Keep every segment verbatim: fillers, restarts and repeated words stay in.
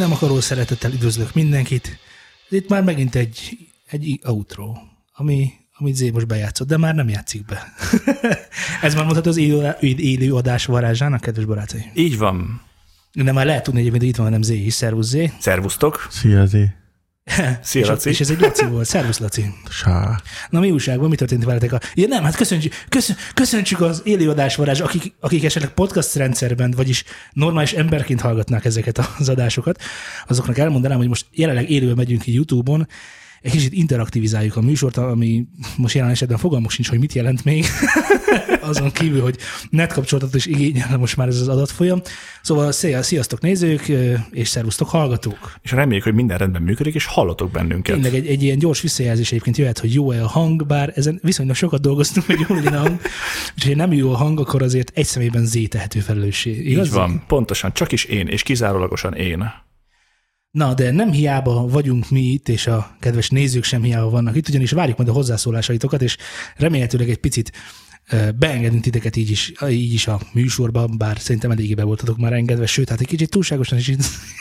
Nem akaró szeretettel üdvözlök mindenkit. Itt már megint egy, egy outro, ami, amit Zé most bejátszott, de már nem játszik be. Ez már mondható az élő, élő adás varázsának, kedves barátaim. Így van. De már lehet tudni egyébként, hogy itt van nem Zé is. Szervusz Zé. Szervusztok. Szia Zé. Szia Laci. És ez egy Laci volt. Szervusz Laci. Sá. Na mi újságban, mi történt veletek? A... Ja nem, hát köszönjük, köszön, köszönjük az élőadás varázs, akik, akik esetleg podcast rendszerben, vagyis normális emberként hallgatnák ezeket az adásokat, azoknak elmondanám, hogy most jelenleg élőben megyünk ki YouTube-on, egy kicsit interaktivizáljuk a műsort, ami most jelen esetben fogalmuk sincs, hogy mit jelent még, azon kívül, hogy netkapcsolatot is igényel most már ez az adatfolyam. Szóval sziasztok nézők, és szervusztok hallgatók. És reméljük, hogy minden rendben működik, és hallotok bennünket. Tényleg egy, egy ilyen gyors visszajelzés egyébként jöhet, hogy jó-e a hang, bár ezen viszonylag sokat dolgoztunk, hogy jó legyen a hang. Úgyhogy ha nem jó a hang, akkor azért egy személyben Zé tehető felelősség. Így van, pontosan, csak is én, és kizárólagosan én. Na, de nem hiába vagyunk mi itt, és a kedves nézők sem hiába vannak itt, ugyanis várjuk majd a hozzászólásaitokat, és remélhetőleg egy picit beengedünk titeket így is, így is a műsorban, bár szerintem eléggé be voltatok már engedve, sőt, hát egy kicsit túlságosan is itt.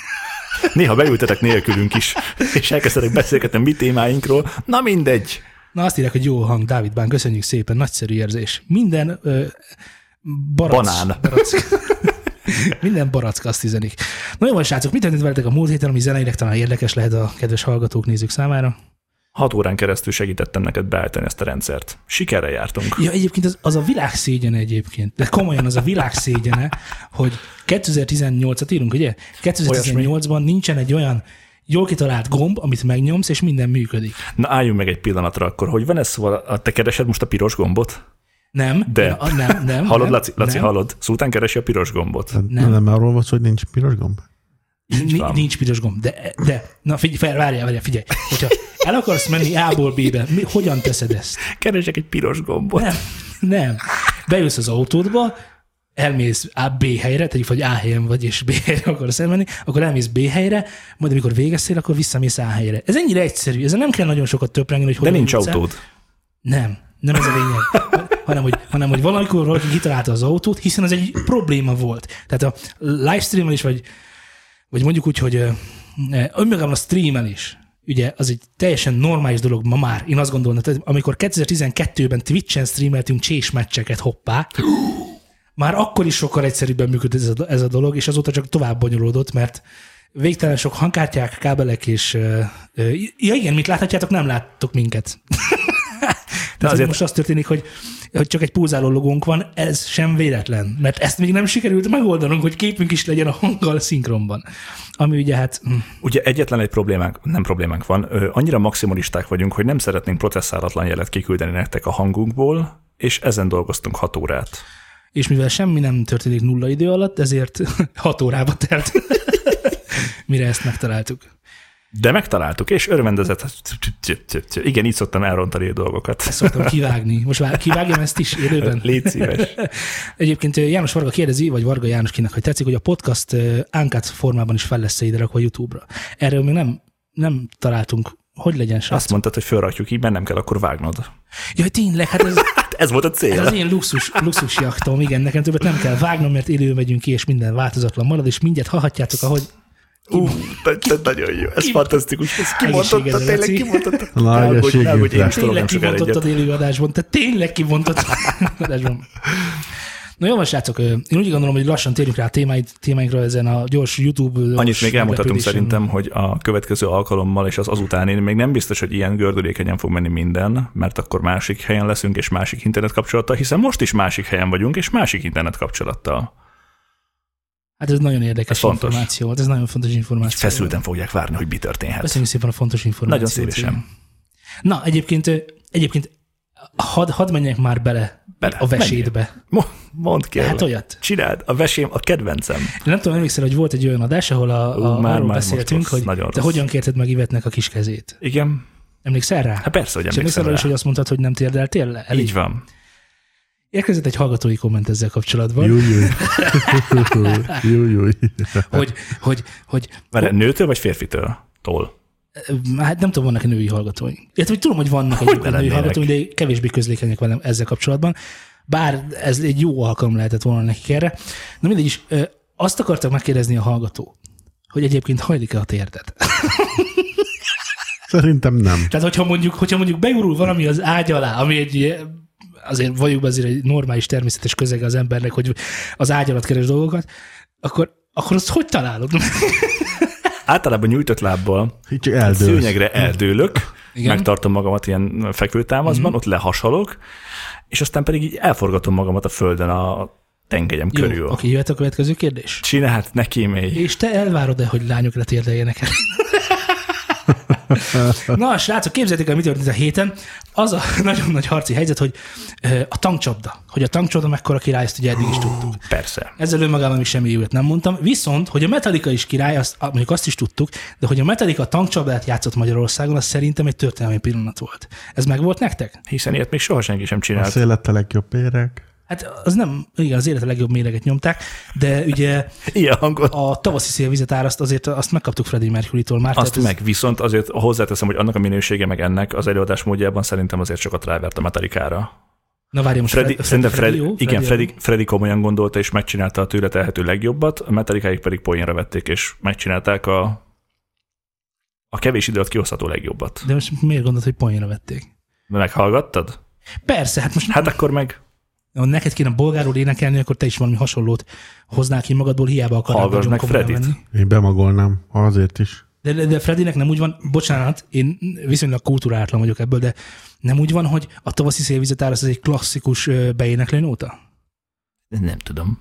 Néha beültetek nélkülünk is, és elkezdtek beszélgetni mi témáinkról. Na mindegy. Na azt írják, hogy jó hang, Dávid Bán, köszönjük szépen, nagyszerű érzés. Minden ö, barac, banán. Barack. Minden barack azt üzenik. Na jó, srácok, mit történt veletek a múlt héten, ami zeneileg talán érdekes lehet a kedves hallgatók, nézők számára? Hat órán keresztül segítettem neked beállítani ezt a rendszert. Sikerrel jártunk. Ja, egyébként az, az a világ szégyene egyébként, de komolyan az a világ szégyene, hogy kétezer-tizennyolcat írunk, ugye? kétezer-tizennyolcban nincsen egy olyan jól kitalált gomb, amit megnyomsz, és minden működik. Na álljunk meg egy pillanatra akkor, hogy van ez szóval, te keresed most a piros gombot? Nem. De. Na, nem, nem. Hallod, nem, Laci, Laci nem. hallod? Szultán keresi a piros gombot. Nem. Nem arról van szó, hogy nincs piros gomb? Nincs, nincs piros gomb, de, de na figyelj, várjál, várjál, figyelj. Hogyha el akarsz menni A-ból B-be, mi, hogyan teszed ezt? Keresek egy piros gombot. Nem, nem. Beülsz az autódba, elmész A, B helyre, tegyük, hogy A helyen vagy, és B helyre akarsz elmenni, akkor elmész B helyre, majd amikor végeztél, akkor visszamész A helyre. Ez ennyire egyszerű, ezzel nem kell nagyon sokat töprengeni, hogy de hogyan nincs jutsz. autód. Nem, nem ez a lényeg. hanem, hogy, hanem, hogy valamikor valaki kitalálta az autót, hiszen ez egy probléma volt. Tehát a livestreamen is, vagy, vagy mondjuk úgy, hogy önmagában a streamen is, ugye az egy teljesen normális dolog ma már. Én azt gondolom, hogy amikor kétezer-tizenkettőben Twitch-en streameltünk csés meccseket, hoppá, már akkor is sokkal egyszerűbben működött ez a, ez a dolog, és azóta csak tovább bonyolódott, mert végtelen sok hangkártyák, kábelek, és ja igen, mint láthatjátok, nem láttok minket. Tehát azért most az történik, hogy, hogy csak egy pulzáló logónk van, ez sem véletlen, mert ezt még nem sikerült megoldanunk, hogy képünk is legyen a hanggal szinkronban. Ami ugye hát... Ugye egyetlen egy problémánk, nem problémánk van, annyira maximalisták vagyunk, hogy nem szeretnénk processzálatlan jelet kiküldeni nektek a hangunkból, és ezen dolgoztunk hat órát. És mivel semmi nem történik nulla idő alatt, ezért hat órába telt, mire ezt megtaláltuk. De megtaláltuk, és örvendezett. Igen, így szoktam elrontani a dolgokat. Ezt szoktam kivágni. Most már kivágjam ezt is élőben? Légy szíves. Egyébként János Varga kérdezi, vagy Varga János kinek, hogy tetszik, hogy a podcast uncut formában is fel lesz ide rakva YouTube-ra. Erről még nem, nem találtunk, hogy legyen srác. Azt mondtad, hogy felrakjuk így, mert nem kell akkor vágnod. Jaj, tényleg, hát ez... ez volt a cél. Ez az én luxus, luxus jachtom, igen, nekem többet nem kell vágnom, mert élő megyünk ki, és minden változatlan marad, és mindjárt hallhatjátok, ahogy Ú, nagyon jó, ez fantasztikus, ez kimondtotta, tényleg kimondtotta. Tényleg kimondtottad élőadásban, te tényleg kimondtottad élőadásban. Na jó, srácok, én úgy gondolom, hogy lassan térjünk rá a témáinkra ezen a gyors YouTube. Annyit még elmondhatunk szerintem, hogy a következő alkalommal és az azután én még nem biztos, hogy ilyen gördülékenyen fog menni minden, mert akkor másik helyen leszünk és másik internet kapcsolattal, hiszen most is másik helyen vagyunk és másik internet kapcsolattal. Hát ez nagyon érdekes ez információ volt, ez nagyon fontos információ. Feszülten fogják várni, hogy mi történhet. Köszönjük szépen a fontos információt. Nagyon szívesen. Na, egyébként, egyébként hadd had menjek már bele, bele. a vesédbe. Mondd kérlek. Hát olyat. Csináld, a vesém a kedvencem. Én nem tudom, emlékszel, hogy volt egy olyan adás, ahol a, a, már, arról már beszéltünk, hogy te rossz. Hogyan kérted meg Ivetnek a kis kezét. Igen. Emlékszel rá? Hát persze, hogy emlékszem rá. És emlékszel is, hogy azt mondtad, hogy nem térdeltél le? Elég. Így van. Érkezett egy hallgatói komment ezzel kapcsolatban. Júj, júj. Júj, júj. Hogy, hogy, hogy... Várj, nőtől vagy férfitől? Tól? Hát nem tudom, vannak-e női hallgatóink. Értem, hogy tudom, hogy vannak egy női hallgatóink, de kevésbé közlékenyek velem ezzel kapcsolatban. Bár ez egy jó alkalom lehetett volna nekik erre. Na mindegy is, azt akartak megkérdezni a hallgató, hogy egyébként hajlik-e a térdet. Szerintem nem. Tehát, hogyha mondjuk, hogyha mondjuk beurul valami az ágy alá, ami egy azért vagyunk be azért egy normális, természetes közege az embernek, hogy az ágy alatt keres dolgokat, akkor, akkor azt hogy találod? Általában nyújtott lábbal szőnyegre eldőlök, igen. Megtartom magamat ilyen fekvőtámaszban, mm-hmm. ott lehasalok, és aztán pedig így elforgatom magamat a földön a tengelyem jó, körül. Oké, jöhet a következő kérdés. Csináld, ne kímélj. És te elvárod-e, hogy lányok letérdeljenek el? Na, srácok, képzeljétek el, mi történt a héten. Az a nagyon nagy harci helyzet, hogy a tankcsapda. Hogy a tankcsapda mekkora király, ezt ugye eddig is tudtuk. Persze. Ezzel önmagában még semmi jót nem mondtam. Viszont, hogy a Metallica is király, azt, mondjuk azt is tudtuk, de hogy a Metallica tankcsapdát játszott Magyarországon, az szerintem egy történelmi pillanat volt. Ez meg volt nektek? Hiszen ilyet még soha senki sem csinált. A szélet a legjobb érek. Hát az nem, igen, az élet a legjobb méreget nyomták, de ugye ilyen hangon. A tavaszi szélvizet áraszt azért azt megkaptuk Freddie Mercury-tól már. Azt meg, ez... viszont azért hozzáteszem, hogy annak a minősége meg ennek az előadás módjában szerintem azért sokat rávert a Metallicára. Na várj, most Freddy, Freddy, Freddy, Freddy, Freddy, Freddy, igen, Freddy, Freddy, Freddy komolyan gondolta, és megcsinálta a tőle telhető legjobbat, a Metallicáik pedig poénra vették, és megcsinálták a, a kevés idő alatt kihozható legjobbat. De most miért gondolod, hogy poénra vették? De meghallgattad? Persze, hát most... Hát akkor meg... Ha neked kéne bolgárul énekelni, akkor te is valami hasonlót hoznál ki magadból, hiába akarnál. Hallgass meg Freddit. Én bemagolnám, azért is. De, de, de Freddynek nem úgy van, bocsánat, én viszonylag kultúrátlan vagyok ebből, de nem úgy van, hogy a tavaszi szélvizet áraszt az egy klasszikus beéneklő nóta? Nem tudom.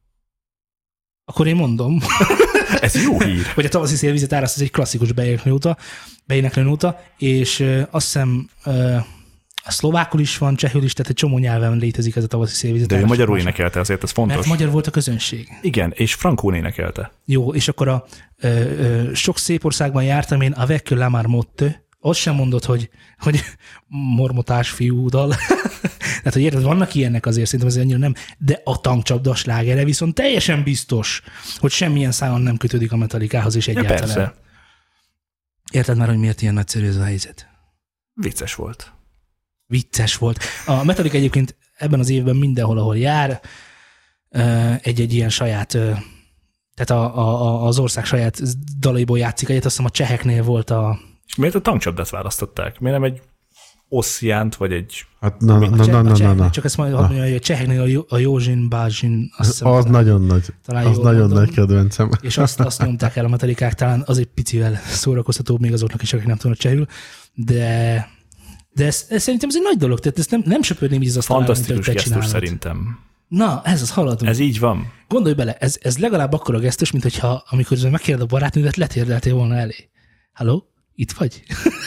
Akkor én mondom. Ez jó hír. Hogy a tavaszi szélvizet áraszt az egy klasszikus beéneklő nóta, beéneklő nóta, és uh, azt hiszem uh, a szlovákul is van, csehül is, tehát egy csomó nyelven létezik ez a tavaszi szélvizet. De ő magyarul énekelte, azért ez fontos. Mert magyar volt a közönség. Igen, és frankul énekelte. Jó, és akkor a ö, ö, sok szép országban jártam én, avec que la marmotte, azt sem mondod, hogy, hogy mormotás fiúdal. Tehát, hogy érted, vannak ilyenek azért, szerintem ez annyira nem, de a tankcsapda slágere viszont teljesen biztos, hogy semmilyen számon nem kötődik a Metallicához is egyáltalán. Ja, persze. Érted már, hogy miért ilyen nagyszerű ez a helyzet? Vicces volt. Vicces volt. A Metallica egyébként ebben az évben mindenhol, ahol jár, egy-egy ilyen saját, tehát a, a, az ország saját dalaiból játszik egyet, azt hiszem a cseheknél volt a... És miért a tankcsapdát választották? Miért nem egy oszjánt, vagy egy... Hát na, na, na, na, na, na. Csak ezt majd hadd mondja, hogy a cseheknél a Józsin, Bázsin, azt hiszem, az nagyon nagy, az nagyon mondom, nagy kedvencem. És azt, azt nyomták el a Metallicák, talán az egy picivel szórakoztatóbb még azoknak is, akik nem tudnak csehül, de... De ez, ez szerintem ez egy nagy dolog, tehát ezt nem, nem söpörném így az asztalán, fantasztikus gesztus szerintem. Na, ez az, haladunk. Ez így van. Gondolj bele, ez, ez legalább akkora gesztus, mint hogyha amikor megkérded a barátnődet, letérdeltél volna elé. Halló? Itt vagy?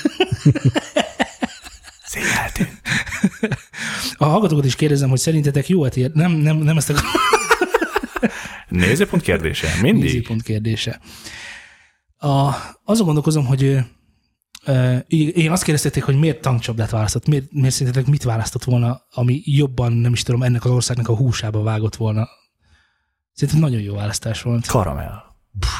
Szégyeltünk. A hallgatókat is kérdezem, hogy szerintetek jó ér... Nem, nem, nem ezt akarom. Nézőpont kérdése, mindig. Nézőpont kérdése. A, azon gondolkozom, hogy Uh, igen, azt kérdezték, hogy miért tankcsapdát választott, miért, miért szerintetek mit választott volna, ami jobban, nem is tudom, ennek az országnak a húsába vágott volna. Szerintem nagyon jó választás volt. Karamell.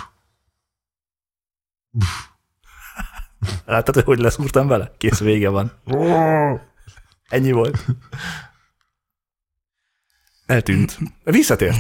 Láttad, hogy leszúrtam vele? Kész, vége van. Ennyi volt. Eltűnt. Visszatért.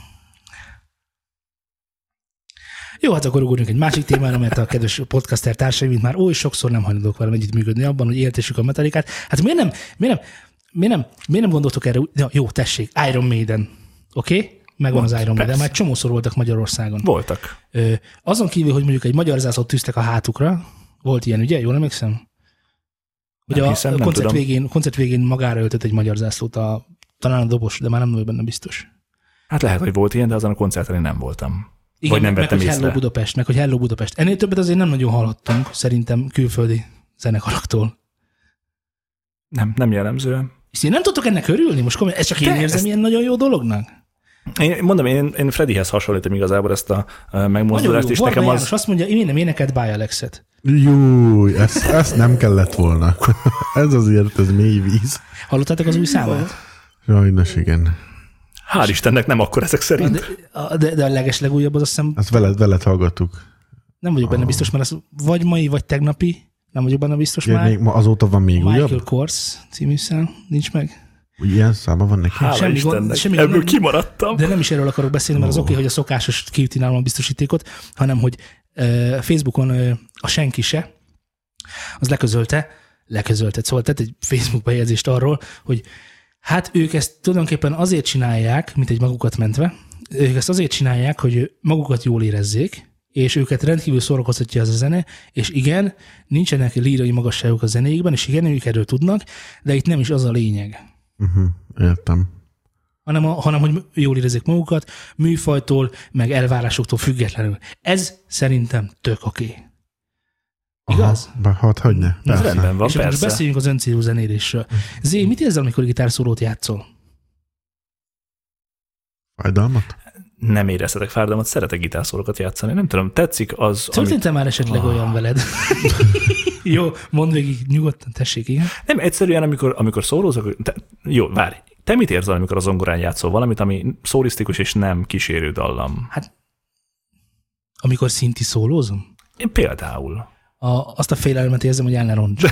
Jó, hát akkor ugorjunk egy másik témára, mert a kedves podcaster társaim, mint már oly sokszor nem hajlandók velem együttműködni abban, hogy éltessük a Metallicát. Hát miért nem, miért nem, miért nem, miért nem gondoltok erre? Ja, jó, tessék, Iron Maiden. Oké? Okay? Megvan Volt, az Iron Maiden, már csomószor voltak Magyarországon. Voltak. Ö, azon kívül, hogy mondjuk egy magyar zászlót tűztek a hátukra, volt ilyen, ugye? Jól emlékszem? Hogy nem a hiszem, koncert, végén, koncert végén magára öltött egy magyar zászlót, a, talán a dobos, de már nem vagyok benne biztos. Hát lehet, hogy volt ilyen, de azon a koncerten én nem voltam. Igen, vagy nem meg, vettem meg, hogy Hello Budapest, meg hogy Hello Budapest. Ennél többet azért nem nagyon hallottunk, szerintem külföldi zenekaraktól. Nem, nem jellemzően. És én nem tudtok ennek örülni? Most komolyan, ez csak én érzem ezt... ilyen nagyon jó dolognak? Én mondom, én, én Freddyhez hasonlítom igazából ezt a megmozdulást, és nekem az... azt mondja, én nem énekelt By Alexet. Júj, ezt, ezt nem kellett volna. Ez azért, ez mély víz. Hallottátok az új számát? Sajnos igen. Hál' Istennek nem akkor ezek szerint. De, de, de a legeslegújabb az azt hiszem... Azt veled, veled hallgattuk. Nem vagyok benne biztos, mert az vagy mai, vagy tegnapi. Nem vagyok benne biztos ja, már. Még, azóta van még Michael újabb? Michael Kors című szám, nincs meg. Úgy ilyen száma van neki? Hála Semmi Istennek, gond, semmi ebből gond, kimaradtam. De nem is erről akarok beszélni, mert az Ó. oké, okay, hogy a szokásos kiüti nálam a biztosítékot, hanem hogy uh, Facebookon uh, a senki se, az leközölte, leközölte, szóval tett egy Facebook bejegyzést arról, hogy hát ők ezt tulajdonképpen azért csinálják, mint egy magukat mentve, ők ezt azért csinálják, hogy magukat jól érezzék, és őket rendkívül szórakoztatja az a zene, és igen, nincsenek lírai magasságok a zenéikben, és igen, ők erről tudnak, de itt nem is az a lényeg. Uh-huh, értem. Hanem, a, hanem, hogy jól érezzék magukat, műfajtól, meg elvárásoktól függetlenül. Ez szerintem tök oké. Igaz? Aha, hát hagyne. Ez Persze. rendben van, És akkor most persze. beszéljünk az öncélú zenélésről. Zé, mit érzel, amikor gitárszólót játszol? Fájdalmat? Nem éreztetek fájdalmat, szeretek gitárszólokat játszani. Nem tudom, tetszik az, Történt-e már esetleg Ah. olyan veled? Jó, mondd végig, nyugodtan, tessék, igen. Nem, egyszerűen, amikor, amikor szólózok, te, jó, várj, te mit érzel, amikor a zongorán játszol valamit, ami szólisztikus és nem kísérő dallam? Hát, amikor szinti szólózom, Én például. a, azt a félelmet érzem, hogy el ne roncs.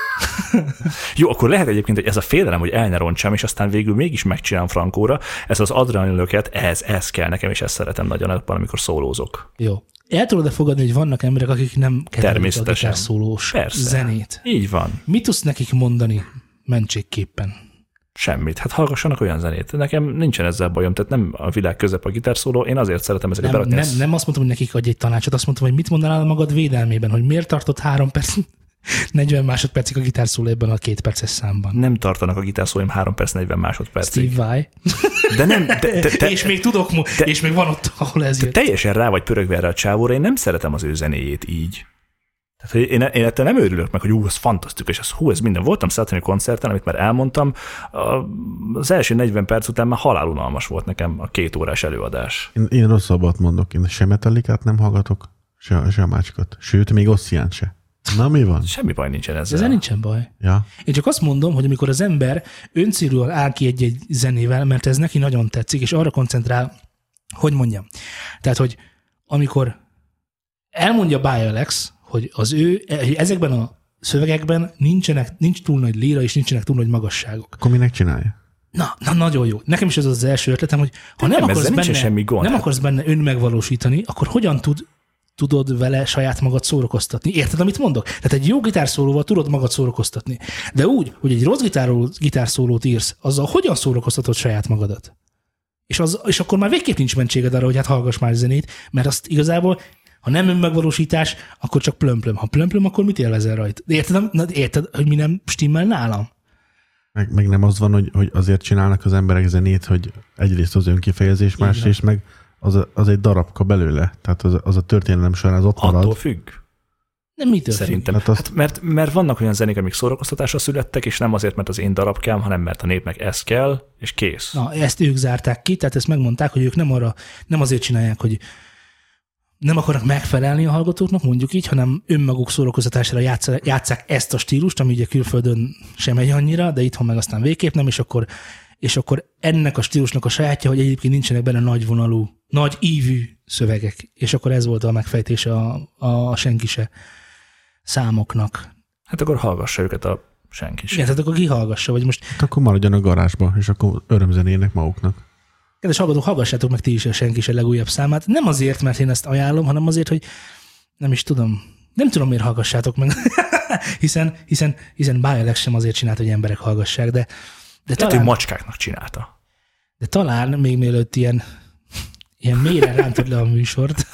Jó, akkor lehet egyébként, hogy ez a félelem, hogy el ne roncsam, és aztán végül mégis megcsinálom frankóra, ez az adrenalinlöket, ez, ez kell nekem, és ezt szeretem nagyon abban, amikor szólózok. Jó. El tudod-e fogadni, hogy vannak emberek, akik nem kedvelik a Természetesen. gitárszólós Persze. zenét? Így van. Mit tudsz nekik mondani mentségképpen? Semmit. Hát hallgassanak olyan zenét. Nekem nincsen ezzel bajom, tehát nem a világ közep a gitárszóló, én azért szeretem ezeket Nem, berakni. nem, nem azt mondtam, hogy nekik adj egy tanácsot, azt mondtam, hogy mit mondanál magad védelmében, hogy miért tartott három perc, negyven másodpercig a gitárszóló ebben a két perces számban. nem tartanak a gitárszólóim három perc, negyven másodpercig. Steve Vai. De nem, de, te, te, és még tudok, mo- te- és még van ott, ahol ez te jött. teljesen rá vagy pörögve erre a csávóra, én nem szeretem az ő zenéjét így. Tehát, hogy én, én ettől nem örülök meg, hogy hú, ez fantasztikus, ez, hú, ez minden. Voltam Saturni koncerten, amit már elmondtam, a- az első negyven perc után már halálunalmas volt nekem a két órás előadás. Én, én rosszabbat mondok. Én se Metallicát nem hallgatok, se, se a másikat. Sőt, még Ossian se. Na, mi van? Semmi baj nincsen ezzel. Ezzel nincsen baj. Ja. Én csak azt mondom, hogy amikor az ember öncélúan áll ki egy-egy zenével, mert ez neki nagyon tetszik, és arra koncentrál, hogy mondjam. Tehát, hogy amikor elmondja Báj Alex, hogy az ő, hogy ezekben a szövegekben nincsenek, nincs túl nagy líra, és nincsenek túl nagy magasságok. Akkor minek csinálja? Na, na, nagyon jó. Nekem is ez az első ötletem, hogy ha nem, nem, akarsz ezzel nincsen benne, semmi gond. nem akarsz benne önmegvalósítani, akkor hogyan tud, tudod vele saját magad szórakoztatni? Érted, amit mondok? Tehát egy jó gitárszólóval tudod magad szórakoztatni. De úgy, hogy egy rossz gitárról, gitárszólót írsz, azzal hogyan szórakoztatod saját magadat? És, az, és akkor már végképp nincs mentséged arra, hogy hát hallgass már zenét, mert azt igazából, ha nem önmegvalósítás, akkor csak plömplöm. Ha plömplöm, akkor mit élvezel rajta? De érted, na, érted, hogy mi nem stimmel nálam? Meg, meg nem az van, hogy, hogy azért csinálnak az emberek zenét, hogy egyrészt az önkifejezés, másrészt meg az, a, az egy darabka belőle. Tehát az, az a történelem során az ott Attól marad. függ. Nem mitől függ? Szerintem. Hát Hát azt- mert, mert vannak olyan zenék, amik szórakoztatásra születtek, és nem azért, mert az én darabkám, hanem mert a népnek ez kell, és kész. Na, ezt ők zárták ki, tehát ezt megmondták, hogy ők nem arra, nem azért csinálják, hogy nem akarnak megfelelni a hallgatóknak, mondjuk így, hanem önmaguk szórakoztatásra játsszák, játsszák ezt a stílust, ami ugye külföldön sem megy annyira, de itthon meg aztán végképp nem, és akkor, és akkor ennek a stílusnak a sajátja, hogy egyébként nincsenek benne nagyvonalú, nagy ívű szövegek, és akkor ez volt a megfejtése a, a senki se számoknak. Hát akkor hallgassa őket a senki sem. Igen, tehát akkor kihallgassa, vagy most, Hát akkor maradjon a garázsba, és akkor örömzenének maguknak. kedves hallgatók, hallgassátok meg ti is a senki se legújabb számát. Nem azért, mert én ezt ajánlom, hanem azért, hogy nem is tudom, nem tudom, miért hallgassátok meg, hiszen, hiszen, hiszen Báj Alex sem azért csinált, hogy emberek hallgassák, de, de, Tehát ő talán, macskáknak csinálta. de talán még mielőtt ilyen, ilyen mélyre rántod le a műsort,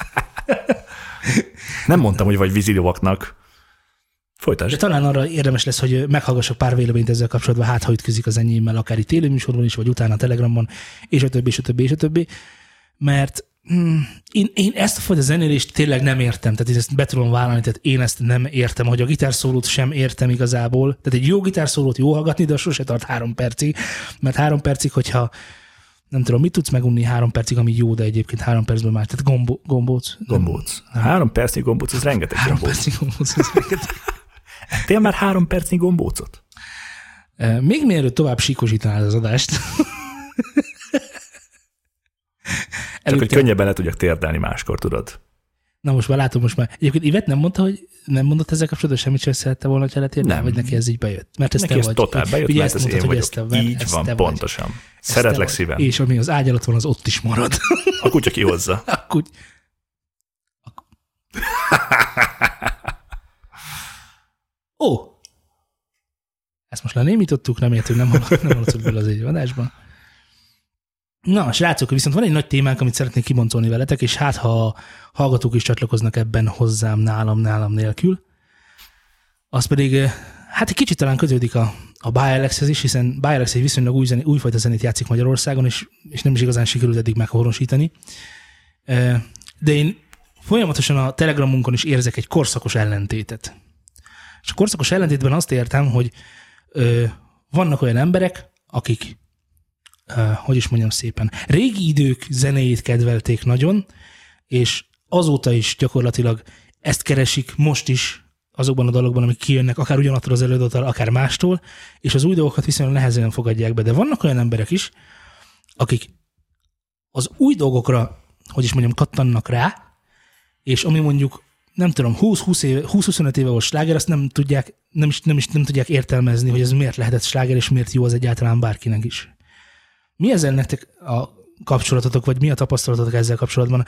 Nem mondtam, hogy vagy vízilovaknak. de Folytasd. talán arra érdemes lesz, hogy meghallgassak pár véleményt ezzel kapcsolatban, hát ha ütközik az enyémmel, akár itt élőműsorban is, vagy utána a Telegramon, és a többi, és a többi, és a többi, mert hmm, én, én ezt a fajta zenélést tényleg nem értem, tehát én ezt be tudom vállalni, tehát én ezt nem értem, hogy a gitárszólót sem értem igazából, tehát egy jó gitárszólót jó hallgatni, de az sose tart három percig, mert három percig, hogyha nem tudom, mit tudsz megunni három percig, ami jó, de egyébként három percben már, tehát gombo, gombóc. Gombóc. Három percnyi gombóc, ez rengeteg Három gombóc. percig gombóc. ez rengeteg. Ettél már három percnyi gombócot? Eh, Még mielőtt tovább síkosítanád az adást. Csak Előtte- hogy könnyebben le tudjak térdelni máskor, tudod? Na most már látom, most már. Egyébként Ivet nem mondta, hogy nem mondott ezzel kapcsolatban semmit sem szerette volna, hogy letérni, nem. Vagy neki ez így bejött? Mert ez neki te ez vagy. totál bejött, ugye mert ez mondtad, én vagyok. Ezt te, így van, pontosan. Vagy. Szeretlek szíven. És ami az ágy alatt van, az ott is marad. A kutya kihozza. A kutya. Ó! Ezt most lenémítottuk, remélhetőleg nem hallott, nem hallott belőle az egy adásban. Na, srácok, viszont van egy nagy témánk, amit szeretnék kiboncolni veletek, és hát, ha hallgatók is csatlakoznak ebben hozzám, nálam, nálam nélkül, az pedig, hát egy kicsit talán kötődik a, a BioAlex-hez is, hiszen BioAlex egy viszonylag új zené, újfajta zenét játszik Magyarországon, és, és nem is igazán sikerült eddig meghonosítani. De én folyamatosan a Telegramunkon is érzek egy korszakos ellentétet. És a korszakos ellentétben azt értem, hogy ö, vannak olyan emberek, akik, ö, hogy is mondjam szépen, régi idők zenéjét kedvelték nagyon, és azóta is gyakorlatilag ezt keresik most is azokban a dalokban, amik kijönnek, akár ugyanattól az előadótól, akár mástól, és az új dolgokat viszonylag nehezen fogadják be. De vannak olyan emberek is, akik az új dolgokra, hogy is mondjam, kattannak rá, és ami mondjuk, nem tudom, húsz-huszonöt éve volt sláger, azt nem tudják, nem is, nem is nem tudják értelmezni, hogy ez miért lehetett sláger, és miért jó az egyáltalán bárkinek is. Mi ezzel nektek a kapcsolatotok, vagy mi a tapasztalatotok ezzel kapcsolatban?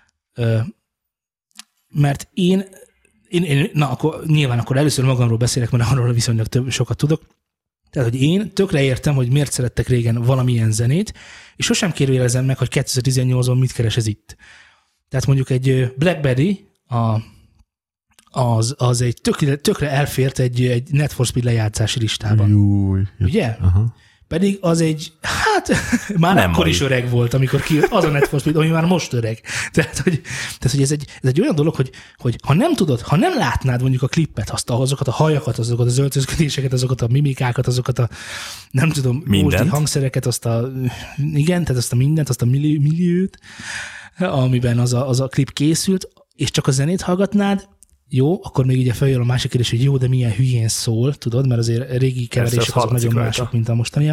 Mert én, én, én na akkor nyilván akkor először magamról beszélek, mert arról viszonylag több, sokat tudok. Tehát, hogy én tökre értem, hogy miért szerettek régen valamilyen zenét, és sosem kérdőjelezem meg, hogy kétezer-tizennyolcban mit keres ez itt. Tehát mondjuk egy Blackberry, a, az, az egy tökre, tökre elfért egy, egy Net for Speed lejátszási listában. Júj. Ugye? Aha. Pedig az egy, hát már nem akkor is öreg volt, amikor kijött az a Net for Speed, ami már most öreg. Tehát, hogy, tehát, hogy ez, egy, ez egy olyan dolog, hogy, hogy ha nem tudod, ha nem látnád mondjuk a klippet, azt, azokat a hajakat, azokat az öltözködéseket, azokat a mimikákat, azokat a nem tudom, ósdi hangszereket, azt a, igen, tehát azt a mindent, azt a millió, milliót, amiben az a, az a klip készült, és csak a zenét hallgatnád, jó, akkor még ugye feljön a másik kérdés, hogy jó, de milyen hülyén szól, tudod, mert azért régi keverések azok nagyon rajta. Mások, mint a mostaniak.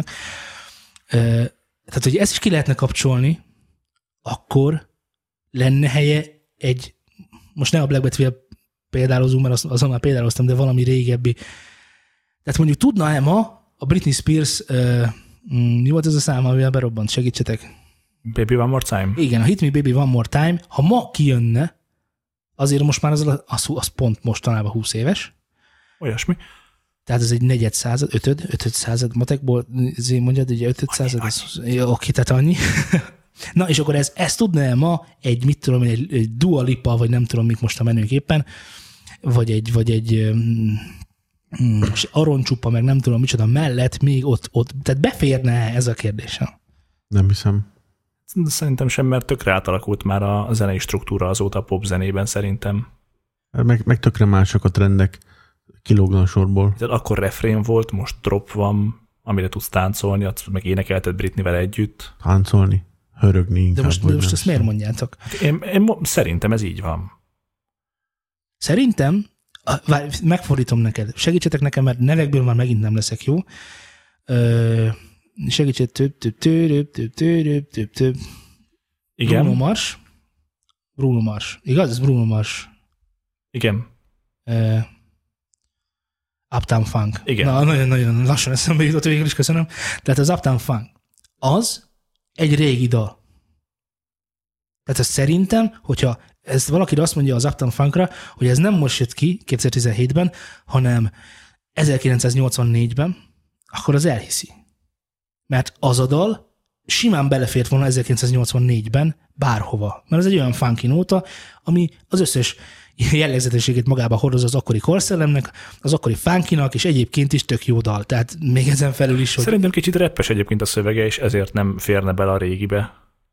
Tehát, hogy ezt is ki lehetne kapcsolni, akkor lenne helye egy, most ne a Black Bat-vel példálozunk, mert azon már példáloztam, de valami régebbi. Tehát mondjuk tudna-e ma a Britney Spears, uh, mi volt ez a szám, amivel berobbant? Segítsetek. Baby One More Time. Igen, a Hit Me Baby One More Time, ha ma kijönne, azért most már az, az, az pont mostanában húsz éves. Olyasmi. Tehát ez egy negyed század, ötöd, ötöd század, matekból mondjad, ugye ötöd század, az, jó, oké, tehát annyi. Na, és akkor ez, ez tudna ma egy, mit tudom, egy, egy Dua Lipa, vagy nem tudom, mik most a menők éppen, vagy egy, vagy egy um, Aroncsupa, meg nem tudom, micsoda mellett még ott, ott tehát beférne ez a kérdése? Nem hiszem. Szerintem sem, mert tökre átalakult már a zenei struktúra azóta a pop zenében szerintem. Meg, meg tökre mások a trendek, kilógnak a sorból. Tehát akkor refrén volt, most drop van, amire tudsz táncolni, azt meg énekelted Britneyvel együtt. Táncolni, hörögni inkább. De most, de most ezt miért mondjátok? Én, én szerintem ez így van. Szerintem, várj, megfordítom neked, segítsetek nekem, mert nevekből már megint nem leszek jó. Ö, segítsétek, több, több, több, több, több, több, több. Igen. Bruno Mars. Bruno Mars. Igaz? Ez Bruno Mars. Igen. Uh, Uptown Funk. Igen. Na, nagyon-nagyon lassan eszembe jutott végül is, köszönöm. Tehát az Uptown Funk, az egy régi dal. Tehát ez szerintem, hogyha ezt valaki azt mondja az Uptown Funkra, hogy ez nem most jött ki kétezer-tizenhétben, hanem ezerkilencszáznyolcvannégyben, akkor az elhiszi. Mert az a dal simán belefért volna ezerkilencszáznyolcvannégyben bárhova. Mert ez egy olyan funky nóta, ami az összes jellegzetességét magába hordoz az akkori korszellemnek, az akkori funkinak, és egyébként is tök jó dal. Tehát még ezen felül is, hogy... Szerintem kicsit reppes egyébként a szövege, és ezért nem férne bele a régibe.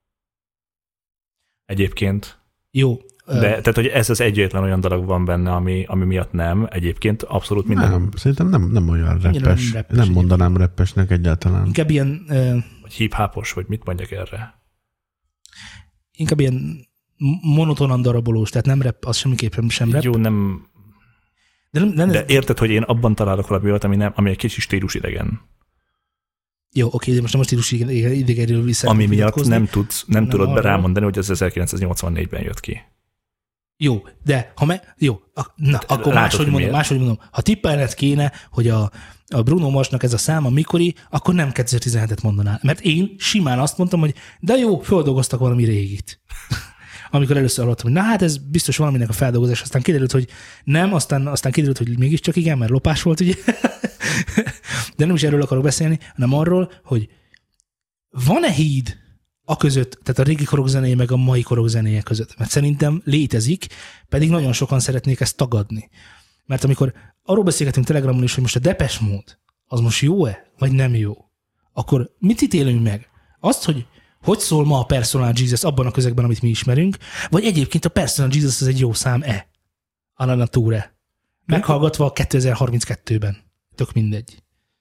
Egyébként. Jó. De, tehát, hogy ez az egyetlen olyan dolog van benne, ami, ami miatt nem. Egyébként abszolút minden... Nem, szerintem nem, nem olyan reppes. Nem, nem mondanám reppesnek egyáltalán. Inkább ilyen... Uh, vagy hip-hopos, vagy mit mondjak erre? Inkább ilyen monotonan darabolós, tehát nem rap, az semmiképpen sem rap. Jó, nem... De, nem, nem de ez... érted, hogy én abban találok valami olyat, ami, nem, ami egy kicsi stílusidegen. Jó, oké, de most nem a stílusidegenről vissza. Ami miatt nem, tudsz, nem, nem tudod arra. rámondani, hogy az ezerkilencszáznyolcvannégyben jött ki. Jó, de ha me... Jó, a, na, akkor máshogy mondom, máshogy mondom. Ha tippelned kéne, hogy a, a Bruno Marsnak ez a száma mikori, akkor nem kétezer-tizenhetet mondanál. Mert én simán azt mondtam, hogy de jó, földolgoztak valami régit. Amikor először hallottam, hogy na hát ez biztos valaminek a feldolgozás, aztán kiderült, hogy nem, aztán, aztán kiderült, hogy mégiscsak igen, mert lopás volt, ugye. De nem is erről akarok beszélni, hanem arról, hogy van-e híd a között, tehát a régi korok zenéje meg a mai korok zenéje között? Mert szerintem létezik, pedig nagyon sokan szeretnék ezt tagadni. Mert amikor arról beszélgetünk Telegramon is, hogy most a Depeche Mode, az most jó-e, vagy nem jó, akkor mit ítélünk meg? Azt, hogy hogy szól ma a Personal Jesus abban a közegben, amit mi ismerünk, vagy egyébként a Personal Jesus az egy jó szám-e? A la nature. Meghallgatva a kétezer-harminckettőben. Tök mindegy.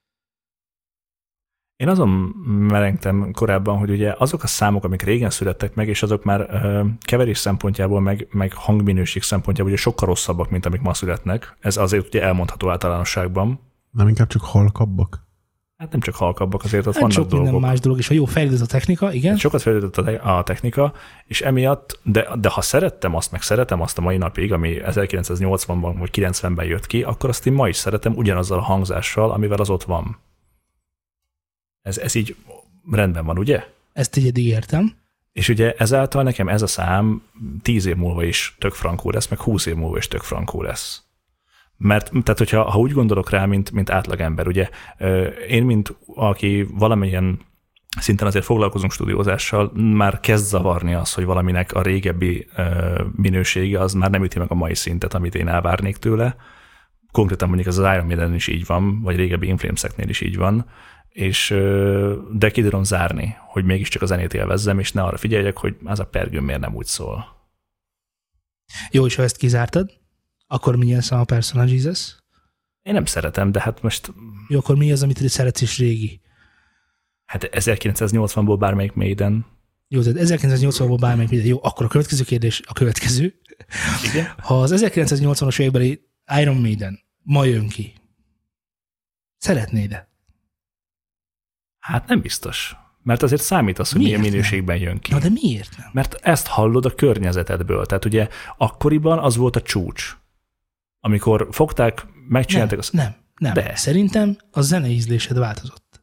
Én azon merengtem korábban, hogy ugye azok a számok, amik régen születtek meg, és azok már uh, keverés szempontjából, meg, meg hangminőség szempontjából ugye sokkal rosszabbak, mint amik ma születnek. Ez azért ugye elmondható általánosságban. Nem inkább csak halkabbak? Hát nem csak halkabbak, azért ott hát vannak sok dolgok. Minden más dolog is. Ha jó, fejlődött a technika, igen. Sokat fejlődött a technika, és emiatt, de, de ha szerettem azt, meg szeretem azt a mai napig, ami ezerkilencszáznyolcvanban vagy kilencvenben jött ki, akkor azt én ma is szeretem ugyanazzal a hangzással, amivel az ott van. Ez, ez így rendben van, ugye? Ezt így eddig értem. És ugye ezáltal nekem ez a szám tíz év múlva is tök frankó lesz, meg húsz év múlva is tök frankó lesz. Mert tehát, hogyha ha úgy gondolok rá, mint, mint átlagember, ugye én, mint aki valamilyen szinten azért foglalkozunk stúdiózással, már kezd zavarni az, hogy valaminek a régebbi minősége az már nem üti meg a mai szintet, amit én elvárnék tőle. Konkrétan mondjuk ez az Iron Maiden is így van, vagy régebbi In Flameseknél is így van, és de ki tudom zárni, hogy mégiscsak a zenét élvezzem, és ne arra figyeljek, hogy az a pergőm miért nem úgy szól. Jó, és ha ezt kizártad, akkor milyen szám a Personal Jesus? Én nem szeretem, de hát most... Jó, akkor mi az, amit szeretsz is régi? Hát ezerkilencszáznyolcvanból bármelyik Maiden. Jó, tehát ezerkilencszáznyolcvanból bármelyik Maiden. Jó, akkor a következő kérdés a következő. Igen? Ha az ezerkilencszáznyolcvanas évekbeli Iron Maiden ma jön ki, szeretnéd-e? Hát nem biztos. Mert azért számít az, hogy miért milyen minőségben jön ki. Na de miért nem? Mert ezt hallod a környezetedből. Tehát ugye akkoriban az volt a csúcs. Amikor fogták, megcsinálták... Nem, azt... nem, nem. De. Szerintem a zeneízlésed változott.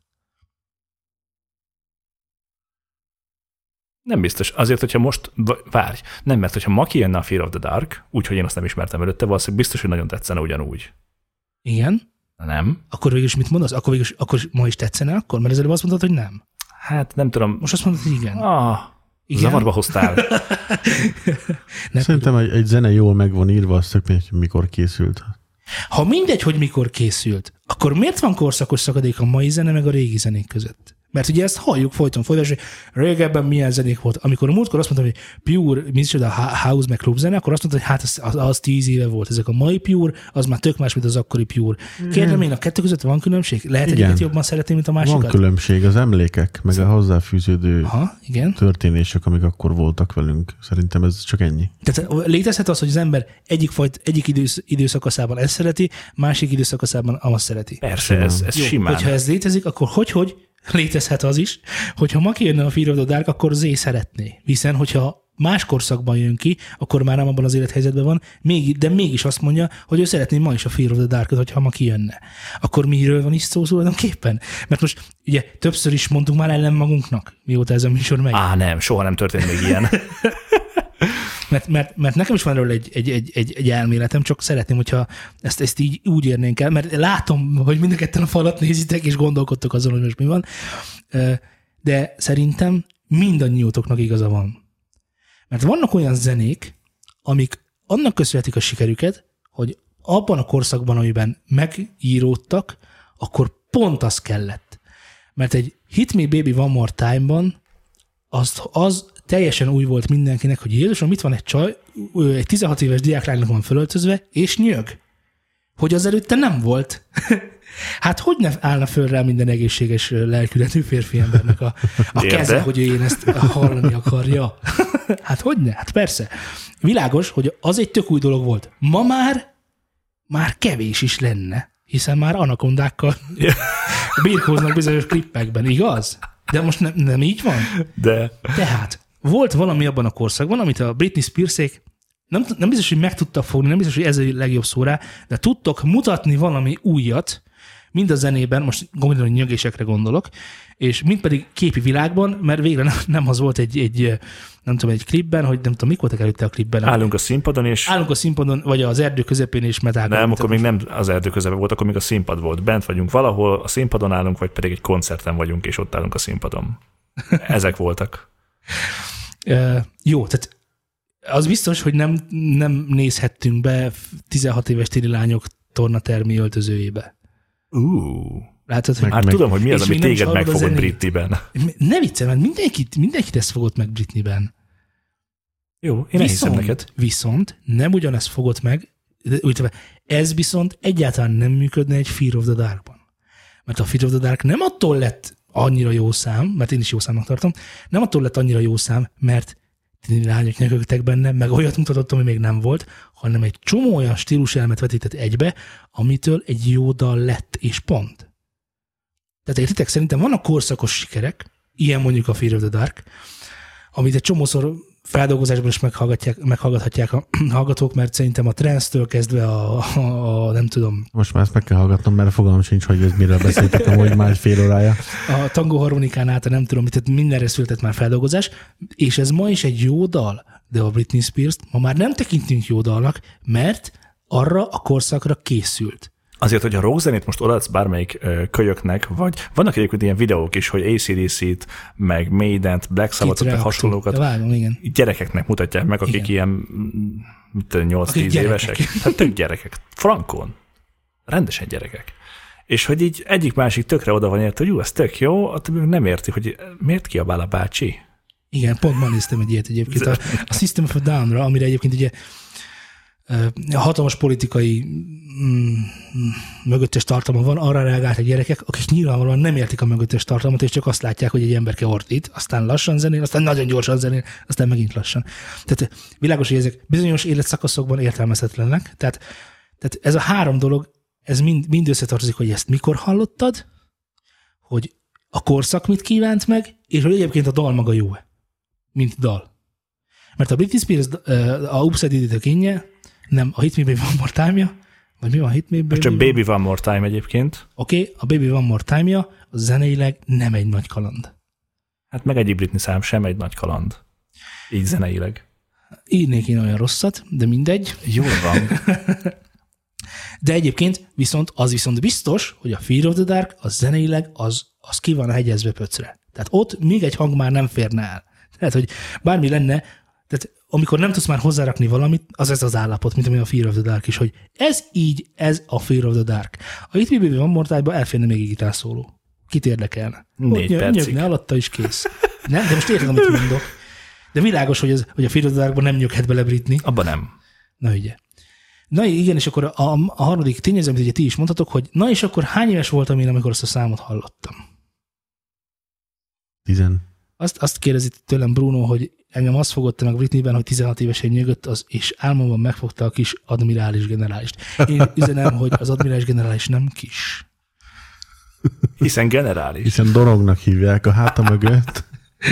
Nem biztos. Azért, hogyha most... Várj. Nem, mert hogyha ma kijönne a Fear of the Dark, úgyhogy én azt nem ismertem előtte, valószínűleg biztos, hogy nagyon tetszene ugyanúgy. Igen? Nem. Akkor végül is mit mondasz? Akkor végül is, akkor ma is tetszene akkor? Mert ezzel azt mondtad, hogy nem. Hát nem tudom. Most azt mondod, hogy igen. Ah, igen? Zavarba hoztál. Szerintem egy, egy zene jól meg van írva, azt tök mindegy, hogy mikor készült. Ha mindegy, hogy mikor készült, akkor miért van korszakos szakadék a mai zene meg a régi zenék között? Mert ugye ezt halljuk folyton folyton, hogy régebben milyen zenék volt. Amikor a múltkor azt mondtam, hogy pure, micsoda house meg klub zene, akkor azt mondtam, hogy hát az, az, az tíz éve volt. Ezek a mai pure, az már tök más, mint az akkori pure. Kérdem én, a kettő között van különbség? Lehet egyiket jobban szeretni, mint a másikat? Van különbség, az emlékek, meg a hozzáfűződő Aha, igen. történések, amik akkor voltak velünk. Szerintem ez csak ennyi. Tehát létezhet az, hogy az ember egyik, fajt, egyik idősz, időszakaszában ezt szereti, másik időszakaszában azt szereti. Persze, ez, ez Jó, simán. hogyha ez létezik, akkor hogy, hogy létezhet az is, hogyha ma kijönne a Fear of the Dark, akkor Zé szeretné. Hiszen, hogyha más korszakban jön ki, akkor már nem abban az élethelyzetben van, még, de mégis azt mondja, hogy ő szeretné ma is a Fear of the Dark-ot, hogyha ma kijönne. Akkor miről van is szó tulajdonképpen? Mert most ugye többször is mondtunk már ellen magunknak, mióta ez a műsor megy. Á, nem, soha nem történt még ilyen. Mert, mert, mert nekem is van erről egy, egy, egy, egy, egy elméletem, csak szeretném, hogyha ezt, ezt így úgy érnénk el, mert látom, hogy mind a ketten a falat nézitek, és gondolkodtok azon, hogy most mi van, de szerintem mindannyiótoknak igaza van. Mert vannak olyan zenék, amik annak köszönhetik a sikerüket, hogy abban a korszakban, amiben megíródtak, akkor pont az kellett. Mert egy Hit Me Baby One More Time-ban az, az teljesen új volt mindenkinek, hogy Jézusom, itt van egy csaj, egy tizenhat éves diáklánynak van fölöltözve, és nyög. Hogy az előtte nem volt. Hát hogy ne állna föl rá minden egészséges lelkületű férfi embernek a, a keze, hogy én ezt hallani akarja. Hát hogy ne? Hát persze. Világos, hogy az egy tök új dolog volt. Ma már, már kevés is lenne, hiszen már anakondákkal birkóznak bizonyos klippekben, igaz? De most nem, nem így van? De. Tehát volt valami abban a korszakban, amit a Britney Spearsék nem, nem biztos, hogy meg tudtak fogni, nem biztos, hogy ez a legjobb szó rá, de tudtok mutatni valami újat, mind a zenében, most gondolom, hogy nyögésekre gondolok, és mind pedig képi világban, mert végre nem, nem az volt egy, egy, nem tudom, egy klipben, hogy nem tudom, mik voltak előtte a klipben. Állunk a színpadon, és... Állunk a színpadon, vagy az erdő közepén, és metálkodunk. Nem, akkor még nem az erdő közepén volt, akkor még a színpad volt. Bent vagyunk valahol, a színpadon állunk, vagy pedig egy koncerten vagyunk, és ott állunk a színpadon. Ezek voltak. uh, jó, tehát az biztos, hogy nem, nem nézhettünk be tizenhat éves téli lányok tornatermi öltözőjébe. Uh. Látod, hogy... Hát tudom, hogy mi az, ami téged megfogott Britneyben. Ne viccelj, mert mindenkit, mindenkit ezt fogott meg Britneyben. Jó, én elhiszem neked. Viszont nem ugyanezt fogott meg, úgy, ez viszont egyáltalán nem működne egy Fear of the Darkban. Mert a Fear of the Dark nem attól lett annyira jó szám, mert én is jó számnak tartom, nem attól lett annyira jó szám, mert lányok nyögögtek benne, meg olyat mutatott, ami még nem volt, hanem egy csomó olyan stíluselmet vetített egybe, amitől egy jó dal lett, és pont. Tehát értitek, szerintem vannak korszakos sikerek, ilyen mondjuk a Fear of the Dark, amit egy csomószor feldolgozásban is meghallgatják, meghallgathatják a hallgatók, mert szerintem a trance-től kezdve a, a, a nem tudom. Most már ezt meg kell hallgatnom, mert fogalmam sincs, hogy ez miről beszéltek amúgy már egy fél órája. A tangó harmonikán át, nem tudom, tehát mindenre született már feldolgozás, és ez ma is egy jó dal, de a Britney Spears ma már nem tekintünk jó dalnak, mert arra a korszakra készült. Azért, hogy a rockzenét most odaadsz bármelyik ö, kölyöknek, vagy vannak egyébként ilyen videók is, hogy á cé dé cét, meg Maident, Black Sabbathot, meg hasonlókat vágom, igen. gyerekeknek mutatják meg, akik igen. ilyen mit tudom, nyolc-tíz évesek. Hát tök gyerekek. Frankon. Rendesen gyerekek. És hogy így egyik-másik tökre oda van ért, hogy jó, ez tök jó, a többi nem érti, hogy miért kiabál a bácsi. Igen, pont ma néztem egy ilyet egyébként. A, a System of a Down-ra, amire egyébként ugye hatalmas politikai mm, mögöttes tartalma van, arra reagáltak gyerekek, akik nyilvánvalóan nem értik a mögöttes tartalmat, és csak azt látják, hogy egy emberke ordít, aztán lassan zenél, aztán nagyon gyorsan zenél, aztán megint lassan. Tehát világos, hogy ezek bizonyos életszakaszokban értelmezhetetlenek. Tehát, tehát ez a három dolog, ez mind, mind összetartozik, hogy ezt mikor hallottad, hogy a korszak mit kívánt meg, és hogy egyébként a dal maga jó-e, mint dal. Mert a Britney Spears a Upside Down kénye, nem, a Hit Me Baby One More Time-ja, vagy mi van a Hit Me Baby? Csak Baby One More Time egyébként. Oké, okay, a Baby One More Time-ja a zeneileg nem egy nagy kaland. Hát meg egyik Britney szám sem egy nagy kaland. Így zeneileg. Írnék én olyan rosszat, de mindegy. Jól van. De egyébként viszont az viszont biztos, hogy a Fear of the Dark az zeneileg az, az ki van hegyezve pöcre. Tehát ott még egy hang már nem férne el. Tehát, hogy bármi lenne, tehát amikor nem tudsz már hozzárakni valamit, az ez az állapot, mint ami a Fear of the Dark is, hogy ez így, ez a Fear of the Dark. A Hit Me Baby One More Time-ba elférne még egy gitárszóló. Kit érdekelne? Négy percig. Nyögne alatta is kész. Nem, de most érted, amit mondok. De világos, hogy, ez, hogy a Fear of the Darkban nem nyöghet bele Britney. Abban nem. Na ugye. Na igen, és akkor a, a harmadik tényező, amit ugye ti is mondhatok, hogy na és akkor hány éves voltam én, amikor azt a számot hallottam? Tizen. Azt, azt kérdezi tőlem Bruno, hogy engem azt fogott meg Britneyben, hogy tizenhat évesen nyögött, az, és álmomban megfogta a kis admirális generálist. Én üzenem, hogy az admirális generális nem kis. Hiszen generális. Hiszen dorognak hívják a háta mögött.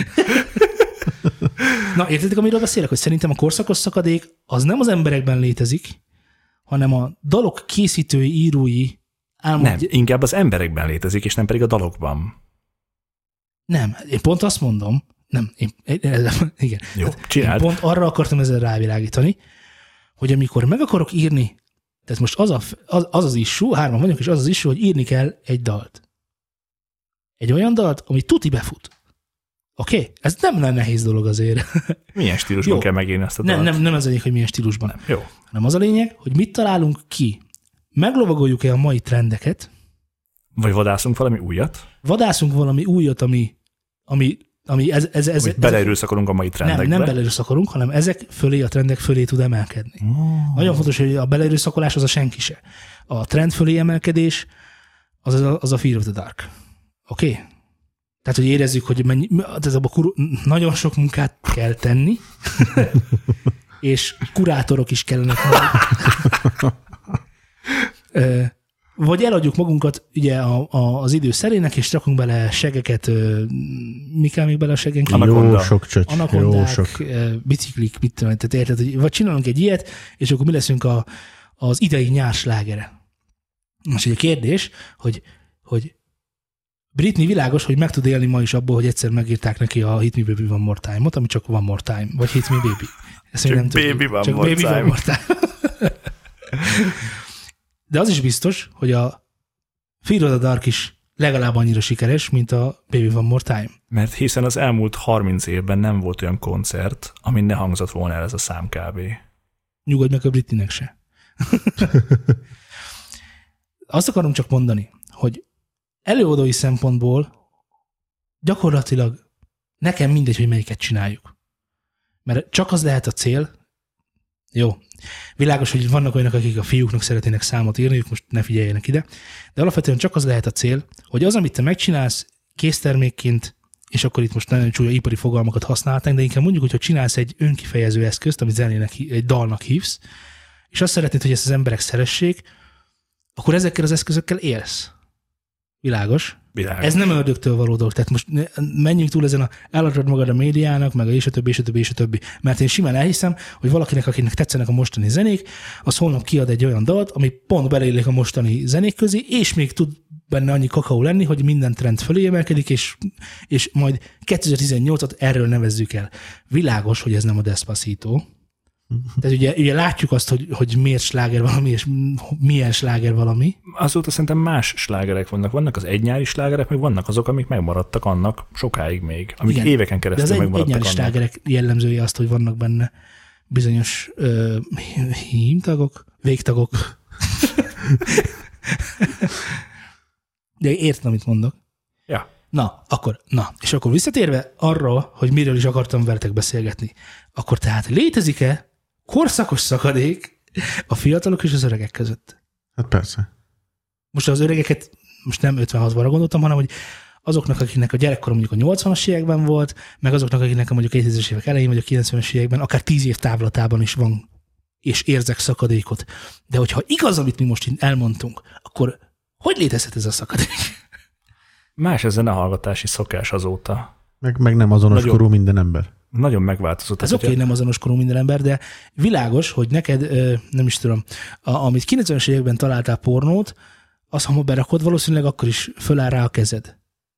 Na, értitek, amiről beszélek, hogy szerintem a korszakos szakadék az nem az emberekben létezik, hanem a dalok készítői, írói álmod... Nem, inkább az emberekben létezik, és nem pedig a dalokban. Nem, én pont azt mondom, nem, én, én, igen. Jó, csináld. Én pont arra akartam ezzel rávilágítani, hogy amikor meg akarok írni, tehát most az a, az, az, az issue, hárman vagyok, és az az issue, hogy írni kell egy dalt. Egy olyan dalt, ami tuti befut. Oké? Okay? Ez nem lenne nehéz dolog azért. Milyen stílusban Jó. kell megírni ezt a dalt? Nem, nem, nem ez a lényeg, hogy milyen stílusban. Nem. Jó. Hanem az a lényeg, hogy mit találunk ki. Meglovagoljuk-e a mai trendeket? Vagy vadászunk valami újat? Vadászunk valami újat, ami, ami, ami ez, ez, ez, Vagy beleerőszakolunk a mai trendekbe? Nem, nem beleerőszakolunk, hanem ezek fölé, a trendek fölé tud emelkedni. Oh. Nagyon fontos, hogy a beleerőszakolás az a senki se. A trend fölé emelkedés az a, az a Fear of the Dark. Oké? Okay? Tehát, hogy érezzük, hogy mennyi, ez a kur, nagyon sok munkát kell tenni, és kurátorok is kellenek. vagy eladjuk magunkat ugye a, a, az idő szerének, és rakunk bele segeket, ö, mi kell még bele a seggenk? Jó sok csöcs. Anakondák, Jó sok. biciklik, mit tudom, tehát érted, hogy vagy csinálunk egy ilyet, és akkor mi leszünk a, az idei nyár slágere. Most egy kérdés, hogy, hogy Britney világos, hogy meg tud élni ma is abból, hogy egyszer megírták neki a Hit Me Baby One More Time-ot, ami csak One More Time, vagy Hit Me Baby. Ezt csak nem baby tudjuk. one Csak more Baby time. One More Time. De az is biztos, hogy a Fear of the Dark is legalább annyira sikeres, mint a Baby One More Time. Mert hiszen az elmúlt harminc évben nem volt olyan koncert, amin ne hangzott volna el ez a szám kb. Nyugodj meg a Britneynek se. Azt akarom csak mondani, hogy előadói szempontból gyakorlatilag nekem mindegy, hogy melyiket csináljuk. Mert csak az lehet a cél. Jó, világos, hogy vannak olyanok, akik a fiúknak szeretnének számot írni, most ne figyeljenek ide, de alapvetően csak az lehet a cél, hogy az, amit te megcsinálsz késztermékként, és akkor itt most nagyon csúnya ipari fogalmakat használhatnánk, de inkább mondjuk, hogy csinálsz egy önkifejező eszközt, amit zenének, egy dalnak hívsz, és azt szeretnéd, hogy ezt az emberek szeressék, akkor ezekkel az eszközökkel élsz. Világos? Világos. Ez nem ördögtől való dolog. Tehát most menjünk túl ezen a eladod magad a médiának, meg a és a többi, és a többi, és a többi. Mert én simán elhiszem, hogy valakinek, akinek tetszenek a mostani zenék, az holnap kiad egy olyan dalt, ami pont beleillik a mostani zenék közé, és még tud benne annyi kakaó lenni, hogy minden trend fölé emelkedik, és, és majd kétezer-tizennyolcat erről nevezzük el. Világos, hogy ez nem a Despacito. Tehát ugye, ugye látjuk azt, hogy, hogy miért sláger valami, és milyen sláger valami. Azóta szerintem más slágerek vannak. Vannak az egynyári slágerek, meg vannak azok, amik megmaradtak annak sokáig még, amik Igen, éveken keresztül de az megmaradtak egynyári annak. slágerek jellemzője azt, hogy vannak benne bizonyos ö, hímtagok, végtagok. De értem, amit mondok. Ja. Na, akkor, na, és akkor visszatérve arra, hogy miről is akartam veletek beszélgetni, akkor tehát létezik-e korszakos szakadék a fiatalok és az öregek között? Hát persze. Most az öregeket most nem ötvenhatvanra gondoltam, hanem hogy azoknak, akiknek a gyerekkora mondjuk a nyolcvanas években volt, meg azoknak, akiknek a mondjuk a kétezres évek elején, vagy a kilencvenes években, akár tíz év távlatában is van, és érzek szakadékot. De hogyha igaz, amit mi most itt elmondtunk, akkor hogy létezhet ez a szakadék? Más ez a hallgatási szokás azóta. Meg, meg nem azonos Nagyon- korú minden ember. Nagyon megváltozott. Ez Tehát, oké, okay, nem azonos korú minden ember, de világos, hogy neked, ö, nem is tudom, a, amit kilencvenes években találtál pornót, az, ha ma berakod, valószínűleg akkor is föláll rá a kezed.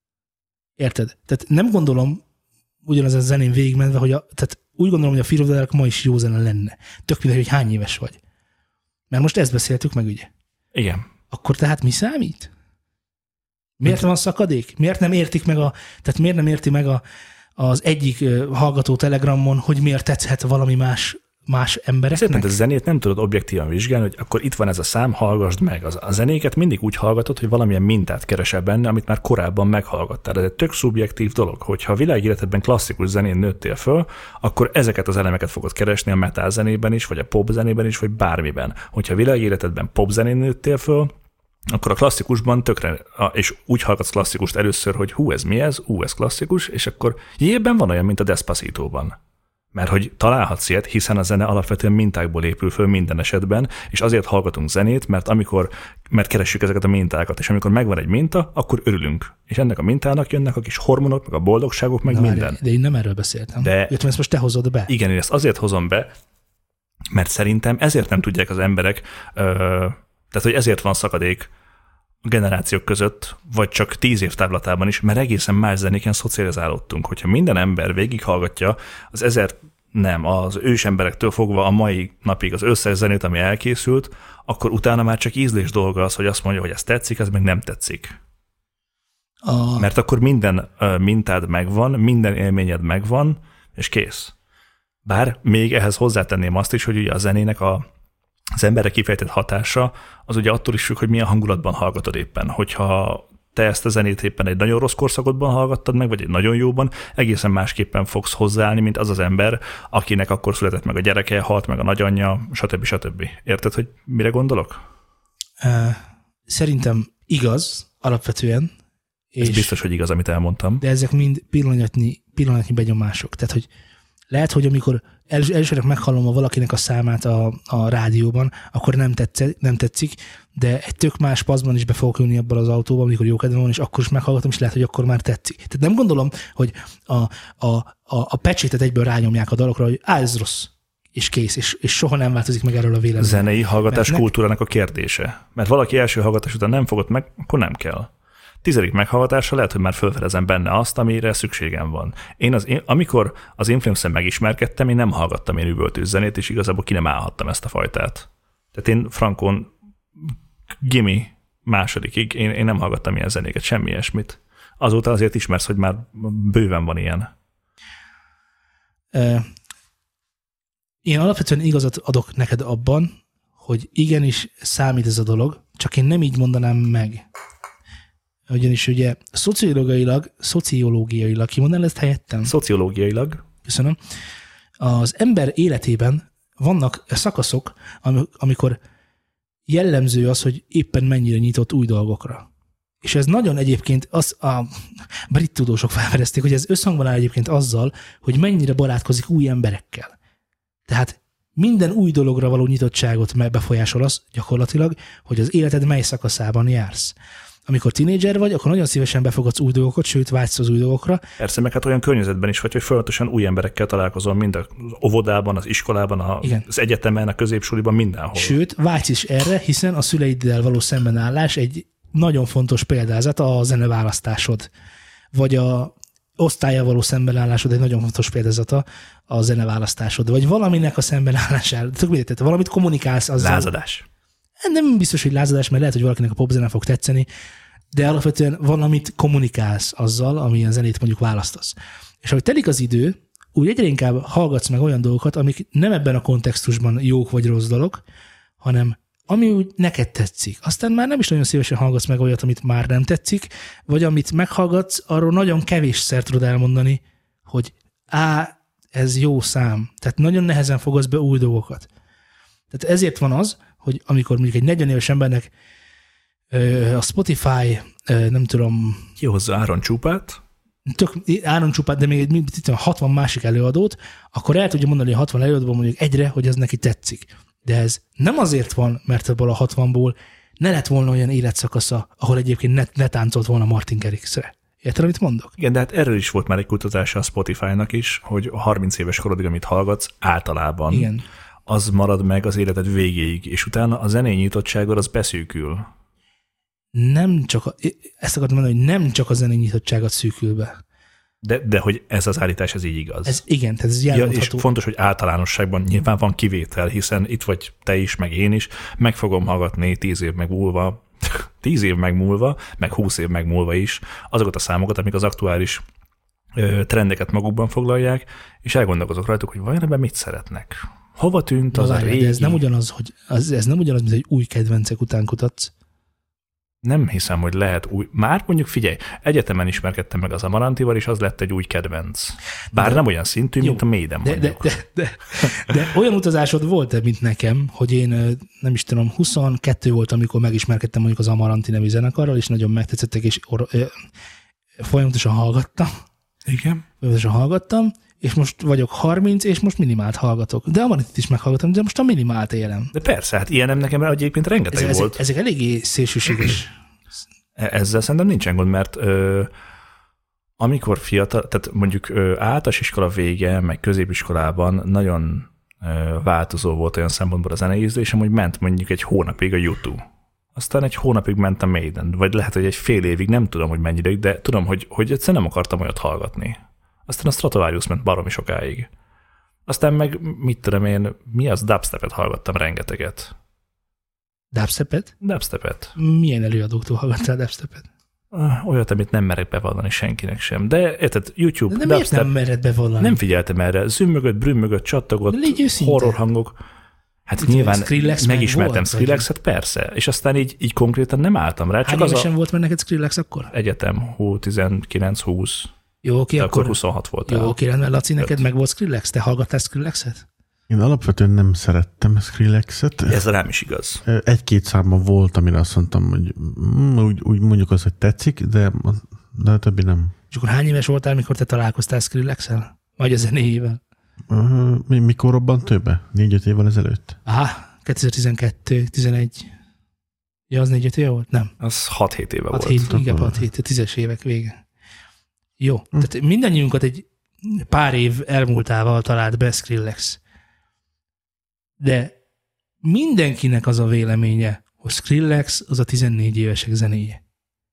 Érted? Tehát nem gondolom, ugyanaz a zenén végigmenve, hogy a, tehát úgy gondolom, hogy a Fear of the Dark ma is jó zene lenne. Tök mindegy, hogy hány éves vagy. Mert most ezt beszéltük meg, ugye? Igen. Akkor tehát mi számít? Miért van szakadék? Miért nem értik meg a, tehát miért nem érti meg a, az egyik ö, hallgató Telegramon, hogy miért tetszhet valami más, más embereknek? Szerintem a zenét nem tudod objektívan vizsgálni, hogy akkor itt van ez a szám, hallgassd meg. Az, a zenéket mindig úgy hallgatod, hogy valamilyen mintát keresel benne, amit már korábban meghallgattál. Ez egy tök szubjektív dolog, hogyha a világéletedben klasszikus zenén nőttél föl, akkor ezeket az elemeket fogod keresni a metal zenében is, vagy a pop zenében is, vagy bármiben. Hogyha a világéletedben pop zenén nőttél föl, akkor a klasszikusban tökre, és úgy hallgatsz klasszikust először, hogy hú, ez mi ez, hú, ez klasszikus, és akkor jében van olyan, mint a Despacitóban. Mert hogy találhatsz ilyet, hiszen a zene alapvetően mintákból épül föl minden esetben, és azért hallgatunk zenét, mert amikor, mert keressük ezeket a mintákat, és amikor megvan egy minta, akkor örülünk. És ennek a mintának jönnek a kis hormonok, meg a boldogságok, meg Na, minden. várj, de én nem erről beszéltem. De- Jöttem, ezt most te hozod be. Igen, én ezt azért hozom be, mert szerintem ezért nem tudják az emberek, ö, tehát hogy ezért van szakadék a generációk között, vagy csak tíz év távlatában is, mert egészen más zenéken szocializálódtunk. Hogyha minden ember végighallgatja az ezer, nem, az ősemberektől fogva a mai napig az összes zenét, ami elkészült, akkor utána már csak ízlés dolga az, hogy azt mondja, hogy ez tetszik, ez meg nem tetszik. A... Mert akkor minden ö, mintád megvan, minden élményed megvan, és kész. Bár még ehhez hozzátenném azt is, hogy ugye a zenének a, az emberre kifejtett hatása, az ugye attól is függ, hogy milyen hangulatban hallgatod éppen. Hogyha te ezt a zenét éppen egy nagyon rossz korszakotban hallgattad meg, vagy egy nagyon jóban, egészen másképpen fogsz hozzáállni, mint az az ember, akinek akkor született meg a gyereke, halt meg a nagyanyja, stb. stb. Érted, hogy mire gondolok? Szerintem igaz, alapvetően. Ez És, biztos, hogy igaz, amit elmondtam. de ezek mind pillanatnyi, pillanatnyi benyomások. Tehát, hogy lehet, hogy amikor els, elsőre meghallom a valakinek a számát a, a rádióban, akkor nem, tetszik, nem tetszik, de egy tök más paszban is be fogok ülni abban az autóban, amikor jó kedvem van, és akkor is meghallgatom, és lehet, hogy akkor már tetszik. Tehát nem gondolom, hogy a, a, a, a pecsétet egyből rányomják a dalokra, hogy á, ez rossz, és kész, és, és soha nem változik meg erről a vélemény. Zenei hallgatás Mert kultúrának a kérdése. Mert valaki első hallgatás után nem fogott meg, akkor nem kell. Tizedik meghallgatásra lehet, hogy már felfedezem benne azt, amire szükségem van. Én, az, én amikor az Influence-en megismerkedtem, én nem hallgattam én üvöltő zenét, és igazából ki nem állhattam ezt a fajtát. Tehát én frankon gimi másodikig, én, én nem hallgattam ilyen zenéket, semmi ilyesmit. Azóta azért ismersz, hogy már bőven van ilyen. Én alapvetően igazat adok neked abban, hogy igenis számít ez a dolog, csak én nem így mondanám meg. Ugyanis ugye szociológiailag, szociológiailag, kimondanál ezt helyettem? Szociológiailag. Köszönöm. Az ember életében vannak szakaszok, amikor jellemző az, hogy éppen mennyire nyitott új dolgokra. És ez nagyon egyébként, az a brit tudósok felfedezték, hogy ez összhangban áll egyébként azzal, hogy mennyire barátkozik új emberekkel. Tehát minden új dologra való nyitottságot befolyásol az gyakorlatilag, hogy az életed mely szakaszában jársz. Amikor tínédzser vagy, akkor nagyon szívesen befogadsz új dolgokat, sőt, vágysz az új dolgokra. Persze, meg hát olyan környezetben is vagy, hogy folyamatosan új emberekkel találkozol, mind az óvodában, az iskolában, a, az egyetemen, a középsuliban, mindenhol. Sőt, vágysz is erre, hiszen a szüleiddel való szembenállás egy nagyon fontos példázat a zeneválasztásod, vagy a osztállyal való szembenállásod egy nagyon fontos példázata a zeneválasztásod, vagy valaminek a szembenállására. Tök mindegy, tehát valamit kommunikálsz azzal. Lázadás. Nem biztos, hogy lázadás, mert lehet, hogy valakinek a popzene fog tetszeni, de alapvetően valamit kommunikálsz azzal, amilyen zenét mondjuk választasz. És ahogy telik az idő, úgy egyre inkább hallgatsz meg olyan dolgokat, amik nem ebben a kontextusban jók vagy rossz dolog, hanem ami úgy neked tetszik. Aztán már nem is nagyon szívesen hallgatsz meg olyat, amit már nem tetszik, vagy amit meghallgatsz, arról nagyon kevésszer tudod elmondani, hogy á, ez jó szám. Tehát nagyon nehezen fogadsz be új dolgokat. Tehát ezért van az, hogy amikor mondjuk egy negyven éves embernek ö, a Spotify, ö, nem tudom... Kihozza Áron Csupát. Tök Áron Csupát, de még egy hatvan másik előadót, akkor el tudja mondani a hatvan előadóban mondjuk egyre, hogy ez neki tetszik. De ez nem azért van, mert ebből a hatvanból ne lett volna olyan életszakasza, ahol egyébként ne, ne táncolt volna Martin Garrixre. Érted, amit mondok? Igen, de hát erről is volt már egy kutatása a Spotify-nak is, hogy a harminc éves korodig, amit hallgatsz, általában igen. az marad meg az életed végéig, és utána a zenei nyitottságod az beszűkül. Nem csak, a, ezt akartam mondani, hogy nem csak a zenei nyitottságot szűkül be. De, de hogy ez az állítás, ez így igaz. Ez igen, tehát ez ja, és fontos, hogy általánosságban nyilván van kivétel, hiszen itt vagy te is, meg én is, meg fogom hallgatni tíz év meg múlva, tíz év meg múlva, meg húsz év meg múlva is azokat a számokat, amik az aktuális ö, trendeket magukban foglalják, és elgondolkozok rajtuk, hogy vajon ebben mit szeretnek. Hova tűnt az Na, a várj, régi... De ez nem ugyanaz, hogy az, ez nem ugyanaz, mint egy új kedvencek után kutatsz. Nem hiszem, hogy lehet új... Már mondjuk figyelj, egyetemen ismerkedtem meg az Amarantival, és az lett egy új kedvenc. Bár de, nem olyan szintű, jó, mint a Maiden de, mondjuk. De, de, de, de olyan utazásod volt, mint nekem, hogy én nem is tudom, huszonkettő volt, amikor megismerkedtem mondjuk az Amaranti nevű zenekarral, és nagyon megtetszettek, és or, ö, folyamatosan hallgattam. Igen. Folyamatosan hallgattam, és most vagyok harminc, és most minimált hallgatok. De Amarantit is meghallgatom, de most a minimált élem. De persze, hát ilyenem nekem egyébként rengeteg ezek, volt. Ezek, ezek eléggé szélsőséges. Ezzel szerintem nincsen gond, mert ö, amikor fiatal, tehát mondjuk ö, általános iskola vége, meg középiskolában nagyon ö, változó volt olyan szempontból a zenei ízlésem, hogy ment mondjuk egy hónapig a YouTube. Aztán egy hónapig ment a Maiden, vagy lehet, hogy egy fél évig, nem tudom, hogy mennyi ideig, de tudom, hogy, hogy egyszerűen nem akartam olyat hallgatni. Aztán a Stratovarius ment baromi sokáig. Aztán meg, mit tudom én, mi az, dubstepet hallgattam rengeteget. Dubstepet? Dubstepet. Milyen előadóktól hallgattál dubstepet? Olyat, amit nem merek bevallani senkinek sem. De érted, YouTube, de miért nem mered bevallani? Nem figyeltem erre. Züm mögött, brüm mögött csattogott, horror hangok. Hát mit nyilván Skrillex megismertem Skrillexet, persze. És aztán így, így konkrétan nem álltam rá. Hány évesen a... volt már neked Skrillex akkor? Egyetem, hú, tizenkilenc húsz. Jó, oké, akkor, akkor huszonhat voltál. Jó, oké, rendben, Laci, neked meg volt Skrillex? Te hallgattál Skrillexet? Én alapvetően nem szerettem Skrillexet. Ez rám is igaz. Egy-két számban volt, amire azt mondtam, hogy úgy, úgy mondjuk az, hogy tetszik, de, de a többi nem. És akkor hány éves voltál, mikor te találkoztál Skrillexel? Vagy a zenéjével? Uh, mikor robbant többe? Négy-öt évvel ezelőtt? Aha, kétezer-tizenkettő tizenegy. Ja, az négy-öt éve volt? Nem. Az hat-hét éve hat, volt. hét, igen, hat hét, tízes évek vége. Jó, hm. tehát mindannyiunkat egy pár év elmúltával talált be Skrillex. De mindenkinek az a véleménye, hogy Skrillex az a tizennégy évesek zenéje.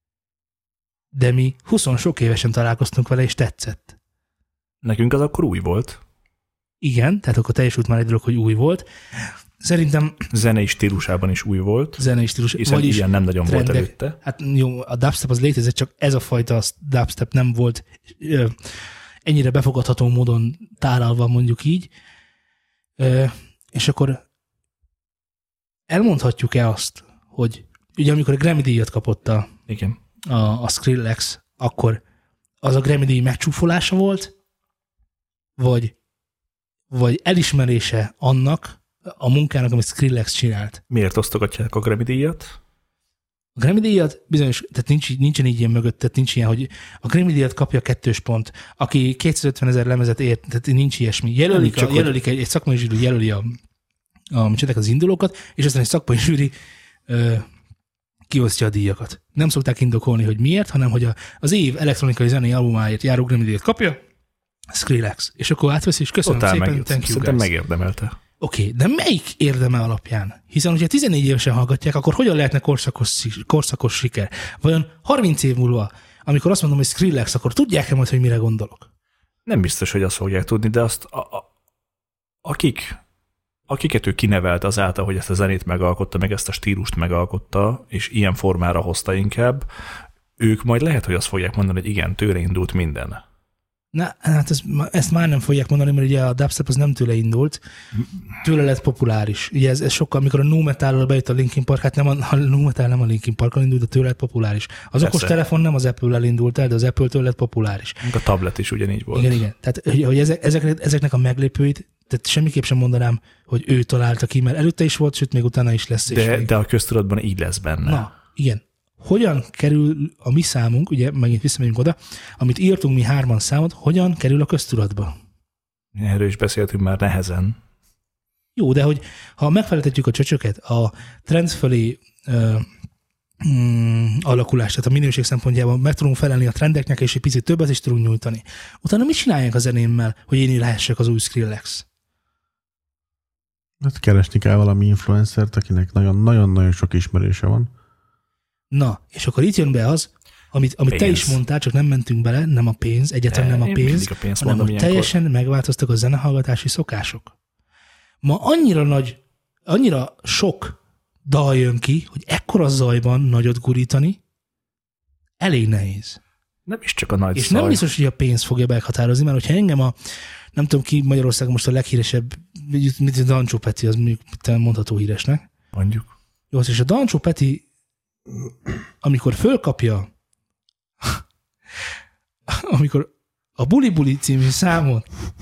De mi húsz sok évesen találkoztunk vele, és tetszett. Nekünk az akkor új volt. Igen, tehát akkor teljesült már egy dolog, hogy új volt. Szerintem... Zenei stílusában is új volt. Zenei stílus. Hiszen ilyen nem nagyon trendek. Volt előtte. Hát jó, a dubstep az létezett, csak ez a fajta dubstep nem volt ö, ennyire befogadható módon táralva, mondjuk így. Ö, és akkor elmondhatjuk-e azt, hogy ugye amikor a Grammy-díjat kapott a, Igen. a, a Skrillex, akkor az a Grammy-díj megcsúfolása volt, vagy, vagy elismerése annak, a munkának, amit Skrillex csinált. Miért osztogatják a Grammy-díjat? A Grammy-díjat bizonyos, tehát nincs, nincsen így ilyen mögött, tehát nincs ilyen, hogy a Grammy-díjat kapja kettős pont, aki kétszázötven ezer lemezet ért, tehát nincs ilyesmi. Jelölik, csak a, jelölik egy, egy szakmai zsűri jelöli a, a, az indulókat, és aztán egy szakmai zsűri ö, kiosztja a díjakat. Nem szokták indokolni, hogy miért, hanem hogy a, az év elektronikai zenei albumáért járó Grammy-díjat kapja Skrillex. És akkor átveszi, és köszönöm Totál szépen, meg, thank you szerintem guys. megérdemelte. Oké, okay, de melyik érdeme alapján? Hiszen, hogyha tizennégy évesen hallgatják, akkor hogyan lehetne korszakos, korszakos siker? Vajon harminc év múlva, amikor azt mondom, hogy Skrillex, akkor tudják-e majd, hogy mire gondolok? Nem biztos, hogy azt fogják tudni, de azt a, a, akik, akiket ő kinevelt azáltal, hogy ezt a zenét megalkotta, meg ezt a stílust megalkotta, és ilyen formára hozta inkább, ők majd lehet, hogy azt fogják mondani, hogy igen, tőle indult minden. Na, hát ezt, ezt már nem fogják mondani, mert ugye a dubstep az nem tőle indult, tőle lett populáris. Ugye ez, ez sokkal, amikor a nu metal-ról bejött a Linkin Park, hát nem a, a nu metal nem a Linkin Parkkal indult, de tőle lett populáris. Az okos telefon nem az Apple-el indult el, de az Apple-től lett populáris. A tablet is ugyanígy volt. Igen, igen. Tehát, hogy, hogy ezek, ezek, ezeknek a meglépőit, tehát semmiképp sem mondanám, hogy ő találta ki, mert előtte is volt, sőt, még utána is lesz. De, de a köztudatban így lesz benne. Na, igen. Hogyan kerül a mi számunk, ugye megint visszamegyünk oda, amit írtunk mi hárman számot, hogyan kerül a köztudatba? Erről is beszéltünk már nehezen. Jó, de hogy ha megfeleltetjük a csöcsöket, a trend fölé uh, mm, alakulás, tehát a minőség szempontjában meg tudunk felelni a trendeknek, és egy picit többet is tudunk nyújtani. Utána mit csinálják a zenémmel, hogy én lehessek az új Skrillex? Hát keresni kell valami influencert, akinek nagyon-nagyon sok ismerése van. Na, és akkor itt jön be az, amit, amit te is mondtál, csak nem mentünk bele, nem a pénz, egyáltalán nem a pénz, a pénz hanem hogy teljesen megváltoztak a zenehallgatási szokások. Ma annyira nagy, annyira sok dal jön ki, hogy ekkora zajban nagyot gurítani elég nehéz. Nem is csak a nagy És zaj. nem biztos, hogy a pénz fogja meghatározni, mert hogyha engem a, nem tudom ki Magyarországon most a leghíresebb, mint a Dancsó Peti, az mondható híresnek. Mondjuk. Jó, és a Dancsó Peti amikor fölkapja, amikor a Buli Buli című számot,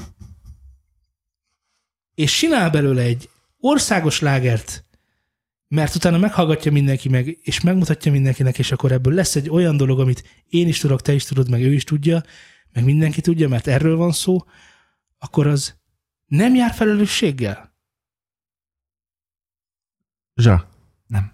és csinál belőle egy országos lágert, mert utána meghallgatja mindenki meg, és megmutatja mindenkinek, és akkor ebből lesz egy olyan dolog, amit én is tudok, te is tudod, meg ő is tudja, meg mindenki tudja, mert erről van szó, akkor az nem jár felelősséggel? Zsá. Nem.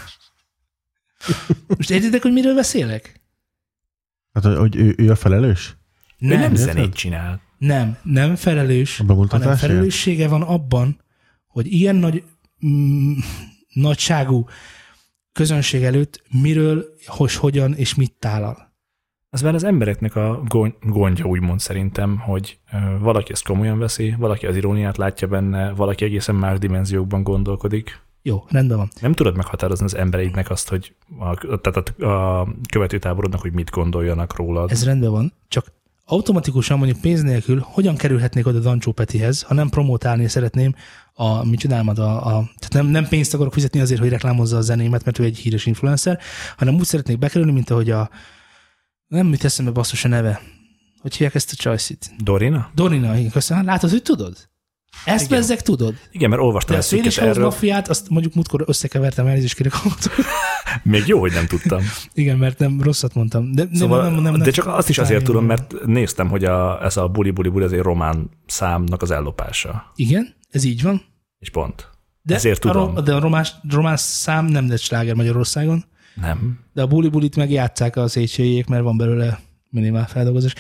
Most értitek, hogy miről beszélek? Hát, hogy ő, ő a felelős? Nem, ő nem zenét csinál. Nem, nem felelős, hanem felelőssége van abban, hogy ilyen nagy mm, nagyságú közönség előtt miről, hogy hogyan és mit tálal. Az már az embereknek a gondja úgymond szerintem, hogy valaki ezt komolyan veszi, valaki az iróniát látja benne, valaki egészen más dimenziókban gondolkodik. Jó, rendben van. Nem tudod meghatározni az embereidnek azt, hogy a, tehát a követőtáborodnak, hogy mit gondoljanak rólad. Ez rendben van, csak automatikusan mondjuk pénz nélkül hogyan kerülhetnék oda Dancsó Petihez, ha nem promotálni szeretném a, mit csinálmad, a, a, tehát nem, nem pénzt akarok fizetni azért, hogy reklámozza a zenémet, mert ő egy híres influencer, hanem úgy szeretnék bekerülni, mint ahogy a, nem mit teszem be basszus a neve. Hogy hívják ezt a csajszit? Dorina? Dorina, igen, köszönöm. Látod, hogy tudod? Ezt Igen. bezzeg tudod? Igen, mert olvastam De a egy cikket Swedish House erről. Mafiát, azt mondjuk múltkor összekevertem, elnézést kérek. Még jó, hogy nem tudtam. Igen, mert nem rosszat mondtam. De, Szóval, nem, nem, nem, nem, de csak azt is azért tudom, nem. mert néztem, hogy a, ez a buli buli buli, ez egy román számnak az ellopása. Igen, ez így van. És pont. De Ezért a, tudom. ro- de a román, román szám nem lett sláger Magyarországon. Nem. De a buli bulit meg játsszák a szétségék, mert van belőle minimál feldolgozás.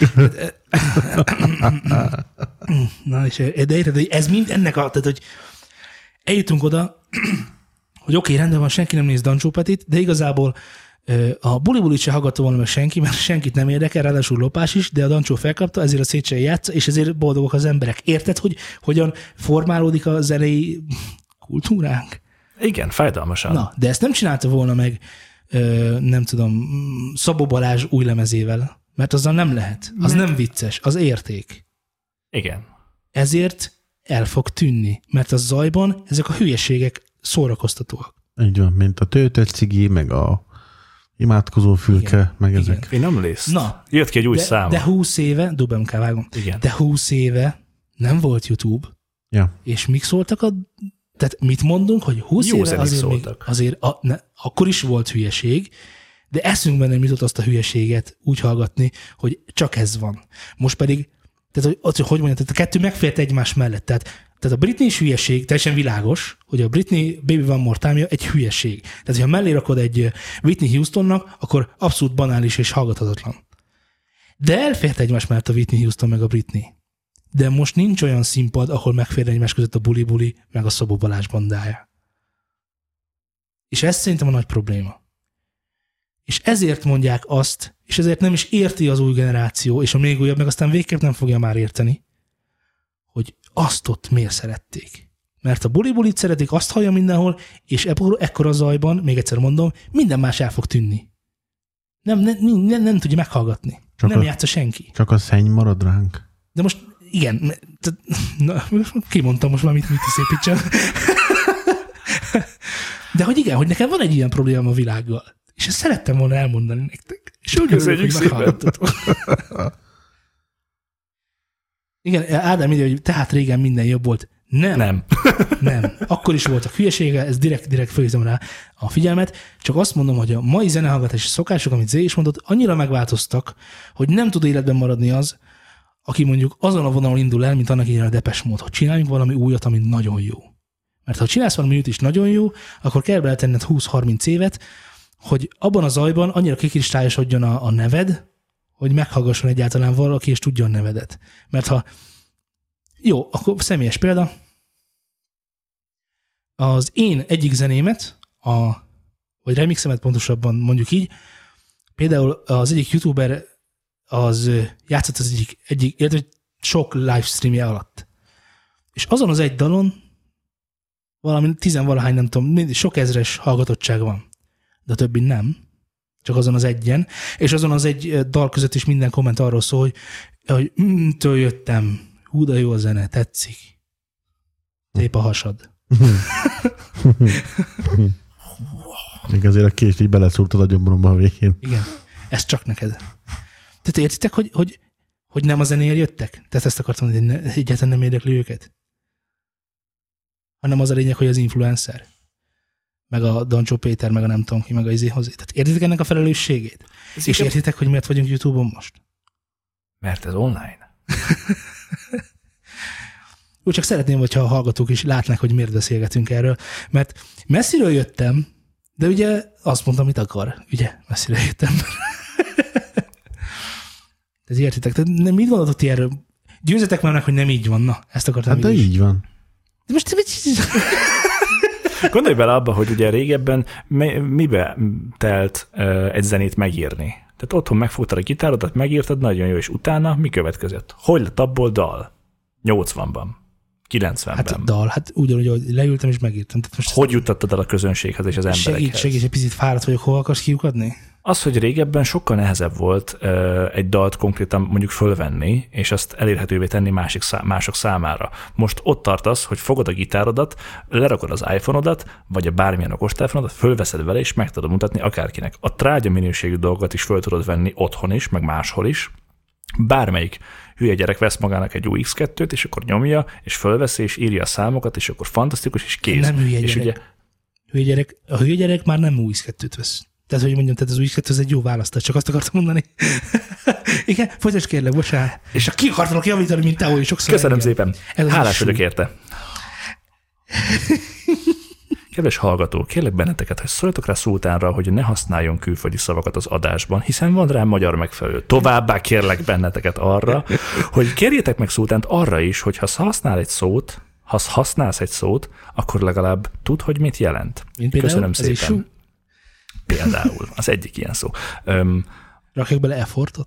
Na, és de érted, hogy ez mind ennek a, tehát, hogy eljutunk oda, hogy oké, okay, rendben van, senki nem néz Dancsó Petit, de igazából a buli bulit se hallgatta volna meg senki, mert senkit nem érdekel, ráadásul lopás is, de a Dancsó felkapta, ezért a szétségé játsza, és ezért boldogok az emberek. Érted, hogy hogyan formálódik a zenei kultúránk? Igen, fájdalmasan. Na, de ezt nem csinálta volna meg, nem tudom, Szabó Balázs új lemezével, mert azzal nem lehet. Az nem vicces, az érték. Igen. Ezért el fog tűnni, mert a zajban ezek a hülyeségek szórakoztatóak. Így van, mint a töltött cigi, meg a imádkozó fülke, Igen. meg Igen. ezek. Finom liszt. Na, Jött ki egy új de, szám. de húsz éve, dubem vágom, Igen. de húsz éve nem volt YouTube, Ja. és mik szóltak a... Tehát mit mondunk, hogy húsz Jó éve zenék azért, még, szóltak. azért a, ne, akkor is volt hülyeség, de eszünkben nem jutott azt a hülyeséget úgy hallgatni, hogy csak ez van. Most pedig, tehát hogy, hogy mondjam, tehát a kettő megfért egymás mellett. Tehát, tehát a Britney is hülyeség, teljesen világos, hogy a Britney Baby One More Time-ja egy hülyeség. Tehát, hogyha mellé rakod egy Whitney Houstonnak, akkor abszolút banális és hallgathatatlan. De elfért egymás mellett a Whitney Houston meg a Britney. De most nincs olyan színpad, ahol megfér egymás között a Buli Buli meg a Szabó Balázs bandája. És ez szerintem a nagy probléma. És ezért mondják azt, és ezért nem is érti az új generáció, és a még újabb, meg aztán végképp nem fogja már érteni, hogy azt ott miért szerették. Mert a Buli Bulit szeretik, azt hallja mindenhol, és ekkora zajban, még egyszer mondom, minden más el fog tűnni. Nem, nem, nem, nem tudja meghallgatni. Csak nem a- játsza senki. Csak a szenny marad ránk. De most igen, tehát, na, kimondtam most már, mit, mit szépítsen. De hogy igen, hogy nekem van egy ilyen problémám a világgal. És ezt szerettem volna elmondani nektek. És úgy örülök, hogy meghallgattatok. Igen, Ádám ide, hogy tehát régen minden jobb volt. Nem. Nem. Nem. Akkor is voltak hülyesége, ez direkt, direkt fölhízom rá a figyelmet. Csak azt mondom, hogy a mai zenehallgatási szokások, amit Zé is mondott, annyira megváltoztak, hogy nem tud életben maradni az, aki mondjuk azon a vonalon indul el, mint annak idején a Depeche Mode, hogy csináljunk valami újat, ami nagyon jó. Mert ha csinálsz valami újat is nagyon jó, akkor kell beletenned húsz-harminc évet, hogy abban a zajban annyira kikristályosodjon a, a neved, hogy meghallgasson egyáltalán valaki, és tudjon a nevedet. Mert ha jó, akkor személyes példa, az én egyik zenémet, a, vagy remixemet pontosabban mondjuk így, például az egyik youtuber az játszott az egyik, egyik illetve sok livestreamje alatt. És azon az egy dalon valami tizenvalahány, nem tudom, sok ezres hallgatottság van. De a többi nem. Csak azon az egyen. És azon az egy dal között is minden komment arról szól, hogy, hogy mm, től jöttem, hú, de jó a zene, tetszik. Szép a hasad. Még azért a kést így beleszúrtad a gyomromba a végén. Igen. Ez csak neked. Tehát értitek, hogy, hogy, hogy nem a zenéért jöttek? Tehát ezt akartam mondani, hogy ne, egyáltalán nem érdekli őket? Hanem az a lényeg, hogy az influencer. Meg a Dancsó Péter, meg a nem tudom ki, meg a izé hozzá. Tehát értitek ennek a felelősségét? Ez És inkább- értitek, hogy miért vagyunk YouTube-on most? Mert ez online. Úgy csak szeretném, hogyha a hallgatók is látnák, hogy miért beszélgetünk erről. Mert messziről jöttem, de ugye azt mondtam, mit akar. Ugye, messziről jöttem. Ez értitek? Tehát nem, mit gondoltok ti erről? Győzetek már meg, hogy nem így van. Na, ezt akartam. Hát de én is. így van. De most Gondolj bele abba, hogy ugye régebben mi, mibe telt uh, egy zenét megírni. Tehát otthon megfogtad a gitárodat, megírtad, nagyon jó, és utána mi következett? Hogy lett abból dal? nyolcvanban, kilencvenben. hát dal, hát ugyanúgy, hogy leültem és megírtam. Tehát most Hogy juttattad el a közönséghez és az emberekhez? segít, segít, egy picit fáradt vagyok, hol akarsz kiukadni? Az, hogy régebben sokkal nehezebb volt uh, egy dalt konkrétan mondjuk fölvenni, és azt elérhetővé tenni másik szá- mások számára. Most ott tartasz, hogy fogod a gitárodat, lerakod az iPhone-odat, vagy a bármilyen okostelefonodat, fölveszed vele, és meg tudod mutatni akárkinek. A trágya minőségű dolgokat is föl tudod venni otthon is, meg máshol is, bármelyik hülye gyerek vesz magának egy U X kettőt, és akkor nyomja, és fölveszi, és írja a számokat, és akkor fantasztikus, és kész. Nem hülye és gyerek. Ugye, hülye gyerek. A hülye gyerek már nem U X kettőt vesz. Tehát, hogy mondjam, tehát az U X kettő az egy jó választás, csak azt akartam mondani. Igen, folytasd kérlek, bocsánat. És ki akartalak javítani, mint te, hogy sokszor. Köszönöm engem. szépen. Hálás vagyok érte. Kedves hallgató, kérlek benneteket, hogy szóljatok rá Szultánra, hogy ne használjon külföldi szavakat az adásban, hiszen van rá magyar megfelelő. Továbbá kérlek benneteket arra, hogy kérjétek meg Szultánt arra is, hogy ha használ egy szót, ha használsz egy szót, akkor legalább tudd, hogy mit jelent. Köszönöm szépen. Például. Az egyik ilyen szó. Öm, Rakjak bele effortot?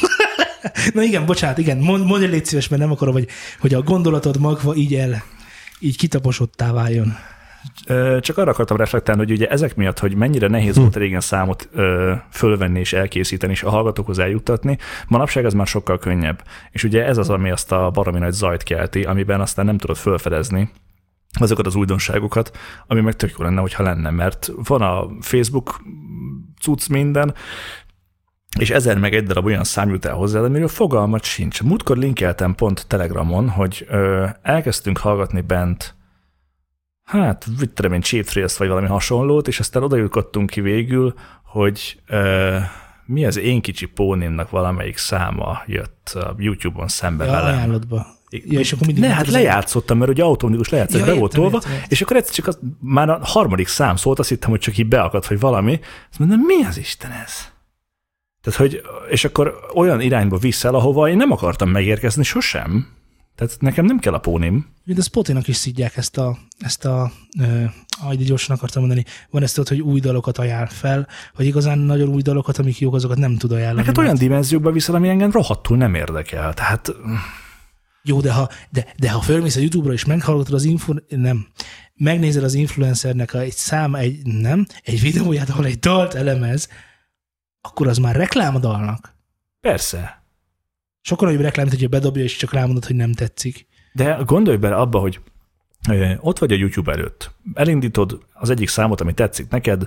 Na igen, bocsánat, igen, mondd, mondd légy szíves, mert nem akarom, hogy, hogy a gondolatod magva így el, így kitaposottá váljon. Csak arra akartam reflektálni, hogy ugye ezek miatt, hogy mennyire nehéz volt régen számot ö, fölvenni és elkészíteni, és a hallgatókhoz eljuttatni, manapság ez már sokkal könnyebb. És ugye ez az, ami azt a baromi nagy zajt kelti, amiben aztán nem tudod fölfedezni azokat az újdonságokat, ami meg tök jó lenne, hogyha lenne, mert van a Facebook cucc minden, és ezer meg egy darab olyan szám jut el hozzá, amiről fogalmat sincs. Múltkor linkeltem pont Telegramon, hogy ö, elkezdtünk hallgatni bent, hát, mit tudom én, Cheap Thrills vagy valami hasonlót, és aztán oda jutottunk ki végül, hogy ö, mi az Én kicsi pónimnak valamelyik száma jött a YouTube-on szembe ja, velem. Ajánlatba. Ja, és akkor mindig ne, hát lejátszottam, mert ugye automatikus lejátszás, ja, be volt tolva, és akkor egyszer csak az, már a harmadik szám szólt, azt hittem, hogy csak így beakadt, vagy valami. Azt mondom, mi az Isten ez? Tehát, hogy, és akkor olyan irányba visz el, ahova én nem akartam megérkezni sosem. Tehát nekem nem kell a pónim. De a Spotify-nak is szidják ezt a, ezt a uh, de gyorsan akartam mondani, van ezt ott, hogy új dalokat ajánl fel, vagy igazán nagyon új dalokat, amik jók, azokat nem tud ajánlani. Hát olyan dimenziókba viszel, ami engem rohadtul nem érdekel. Tehát... Jó, de ha, de, de ha fölmész a YouTube-ra, és meghallgatod az influ... nem, megnézed az influencernek egy szám, egy, nem, egy videóját, ahol egy dalt elemez, akkor az már reklám a dalnak. Persze. Sokkal nagyobb reklám, hogyha bedobja, és csak rámondod, hogy nem tetszik. De gondolj bele abba, hogy ott vagy a YouTube előtt. Elindítod az egyik számot, ami tetszik neked,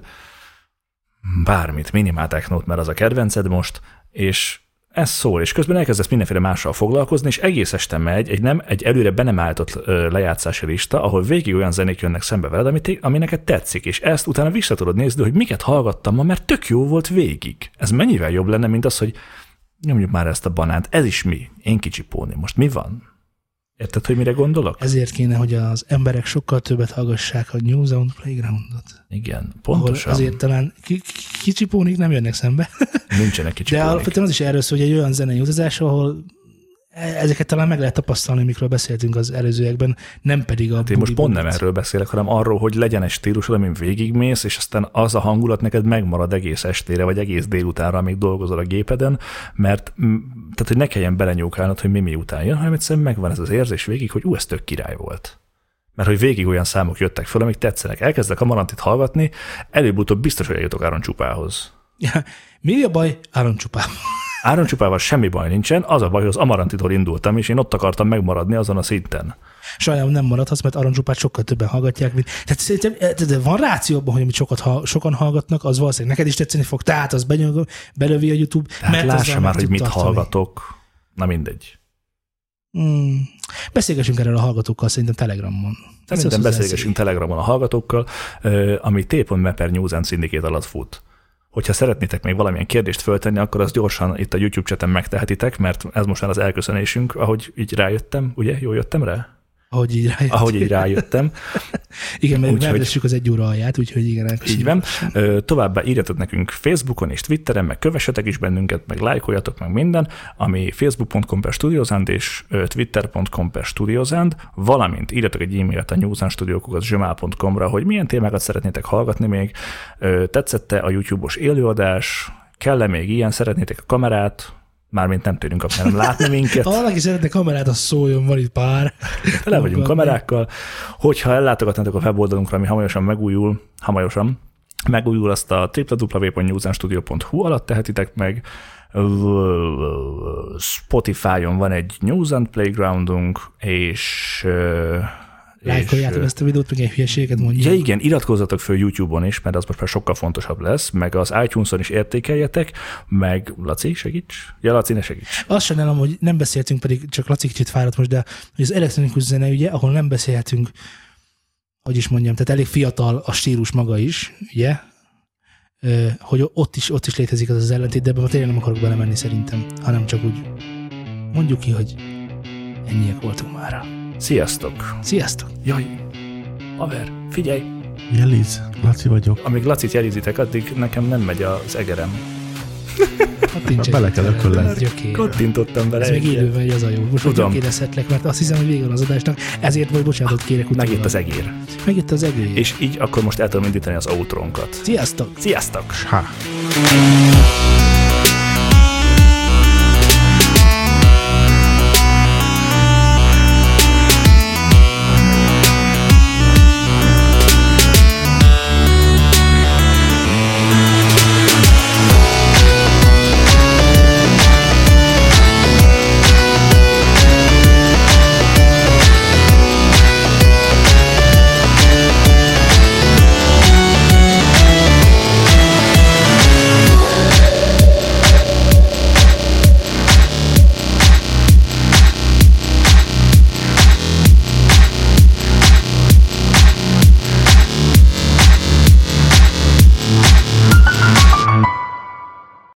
bármit, minimál technót, mert az a kedvenced most, és ez szól, és közben elkezdesz mindenféle mással foglalkozni, és egész este megy egy, nem, egy előre be nem állított lejátszási lista, ahol végig olyan zenék jönnek szembe veled, ami, ami neked tetszik, és ezt utána vissza tudod nézni, hogy miket hallgattam ma, mert tök jó volt végig. Ez mennyivel jobb lenne, mint az, hogy nyomjuk már ezt a banánt. Ez is mi? Én kicsi póni. Most mi van? Érted, hogy mire gondolok? Ezért kéne, hogy az emberek sokkal többet hallgassák a New Sound Playgroundot. Igen, pontosan. Ahol azért talán kicsi pónik nem jönnek szembe. Nincsenek kicsi De pónik. alapvetően az is erről szól, hogy egy olyan zenei utazás, ahol ezeket talán meg lehet tapasztalni, amikről beszéltünk az előzőekben, nem pedig a... Hát én most pont nem erről beszélek, hanem arról, hogy legyen egy stílusod, amin végigmész, és aztán az a hangulat neked megmarad egész estére, vagy egész délutánra, amíg dolgozol a gépeden, mert tehát, hogy ne kelljen belenyúkálnod, hogy mi mi után jön, hanem egyszerűen megvan ez az érzés végig, hogy ú, ez tök király volt. Mert hogy végig olyan számok jöttek föl, amik tetszenek. Elkezdek a Marantit hallgatni, előbb-utóbb biztos, hogy eljutok Áron Csupához. Ja, mi a baj Áron Csupával? Áron Csupával semmi baj nincsen, az a baj, hogy az Amarantitól indultam, és én ott akartam megmaradni azon a szinten. Sajnálom nem maradhatsz, mert Áron Csupát sokkal többen hallgatják, mint... Tehát szerintem de van ráció abban, hogy amit sokat, sokan hallgatnak, az valószínűleg neked is tetszeni fog, tehát az benyög, belövi a YouTube. Tehát mert lássa már, hogy mit tartani. hallgatok. Na mindegy. Hmm. Beszélgessünk erről a hallgatókkal szerintem Telegramon. Szerintem beszélgessünk Telegramon a hallgatókkal, ami t pont me per News and Syndicate alatt fut. Hogyha szeretnétek még valamilyen kérdést föltenni, akkor azt gyorsan itt a YouTube chaten megtehetitek, mert ez most már az elköszönésünk, ahogy így rájöttem, ugye? Jól jöttem rá? Ahogy így rájöttem. Ahogy így rájöttem. Igen, mert megvessük az egy óra alját, úgyhogy igen. Így van. Továbbá írjatok nekünk Facebookon és Twitteren, meg kövessetek is bennünket, meg lájkoljatok, meg minden, ami facebook pont com per studiozand és twitter pont com per studiozand, valamint írjatok egy e-mailt a newsandstudiókukat gmail pont com-ra, hogy milyen témákat szeretnétek hallgatni még, tetszette a YouTube-os élőadás, kell-e még ilyen, szeretnétek a kamerát, mármint nem tőlünk kapni, hanem látni minket. Ha valaki szeretne kamerát, az szóljon, van itt pár. Le vagyunk kamerákkal. Hogyha ellátogatnátok a weboldalunkra, ami hamarosan megújul, hamarosan megújul, azt a double-u double-u double-u pont newsandstudio pont hu alatt tehetitek meg. Spotify-on van egy News and Playgroundunk, és Lájkoljátok ezt a videót, meg egy hülyeséget mondjuk. Ja igen, iratkozzatok föl YouTube-on is, mert az most már sokkal fontosabb lesz, meg az iTunes-on is értékeljetek, meg Laci, segíts? Ja, Laci, ne segíts. Azt sajnálom, hogy nem beszéltünk, pedig csak Laci kicsit fáradt most, de hogy az elektronikus zene, ugye, ahol nem beszélhetünk, hogy is mondjam, tehát elég fiatal a stílus maga is, ugye, hogy ott is, ott is létezik az az ellentét, de ebben ma tényleg nem akarok belemenni szerintem, hanem csak úgy mondjuk ki, hogy ennyiek voltunk mára. Sziasztok! Sziasztok! Jaj, haver, figyelj! Jeliz, Laci vagyok. Amíg Lacit jelizitek, addig nekem nem megy az egerem. Bele kell ökölni. Kattintottam bele. Ez még élőben megy, az a jó. Most már kérdezhetlek, mert azt hiszem, hogy vége van az adásnak, ezért majd bocsánatot kérek utána. Megjött az egér. Megjött az egér. És így akkor most el tudom indítani az outrónkat. Sziasztok! Sziasztok! Ha.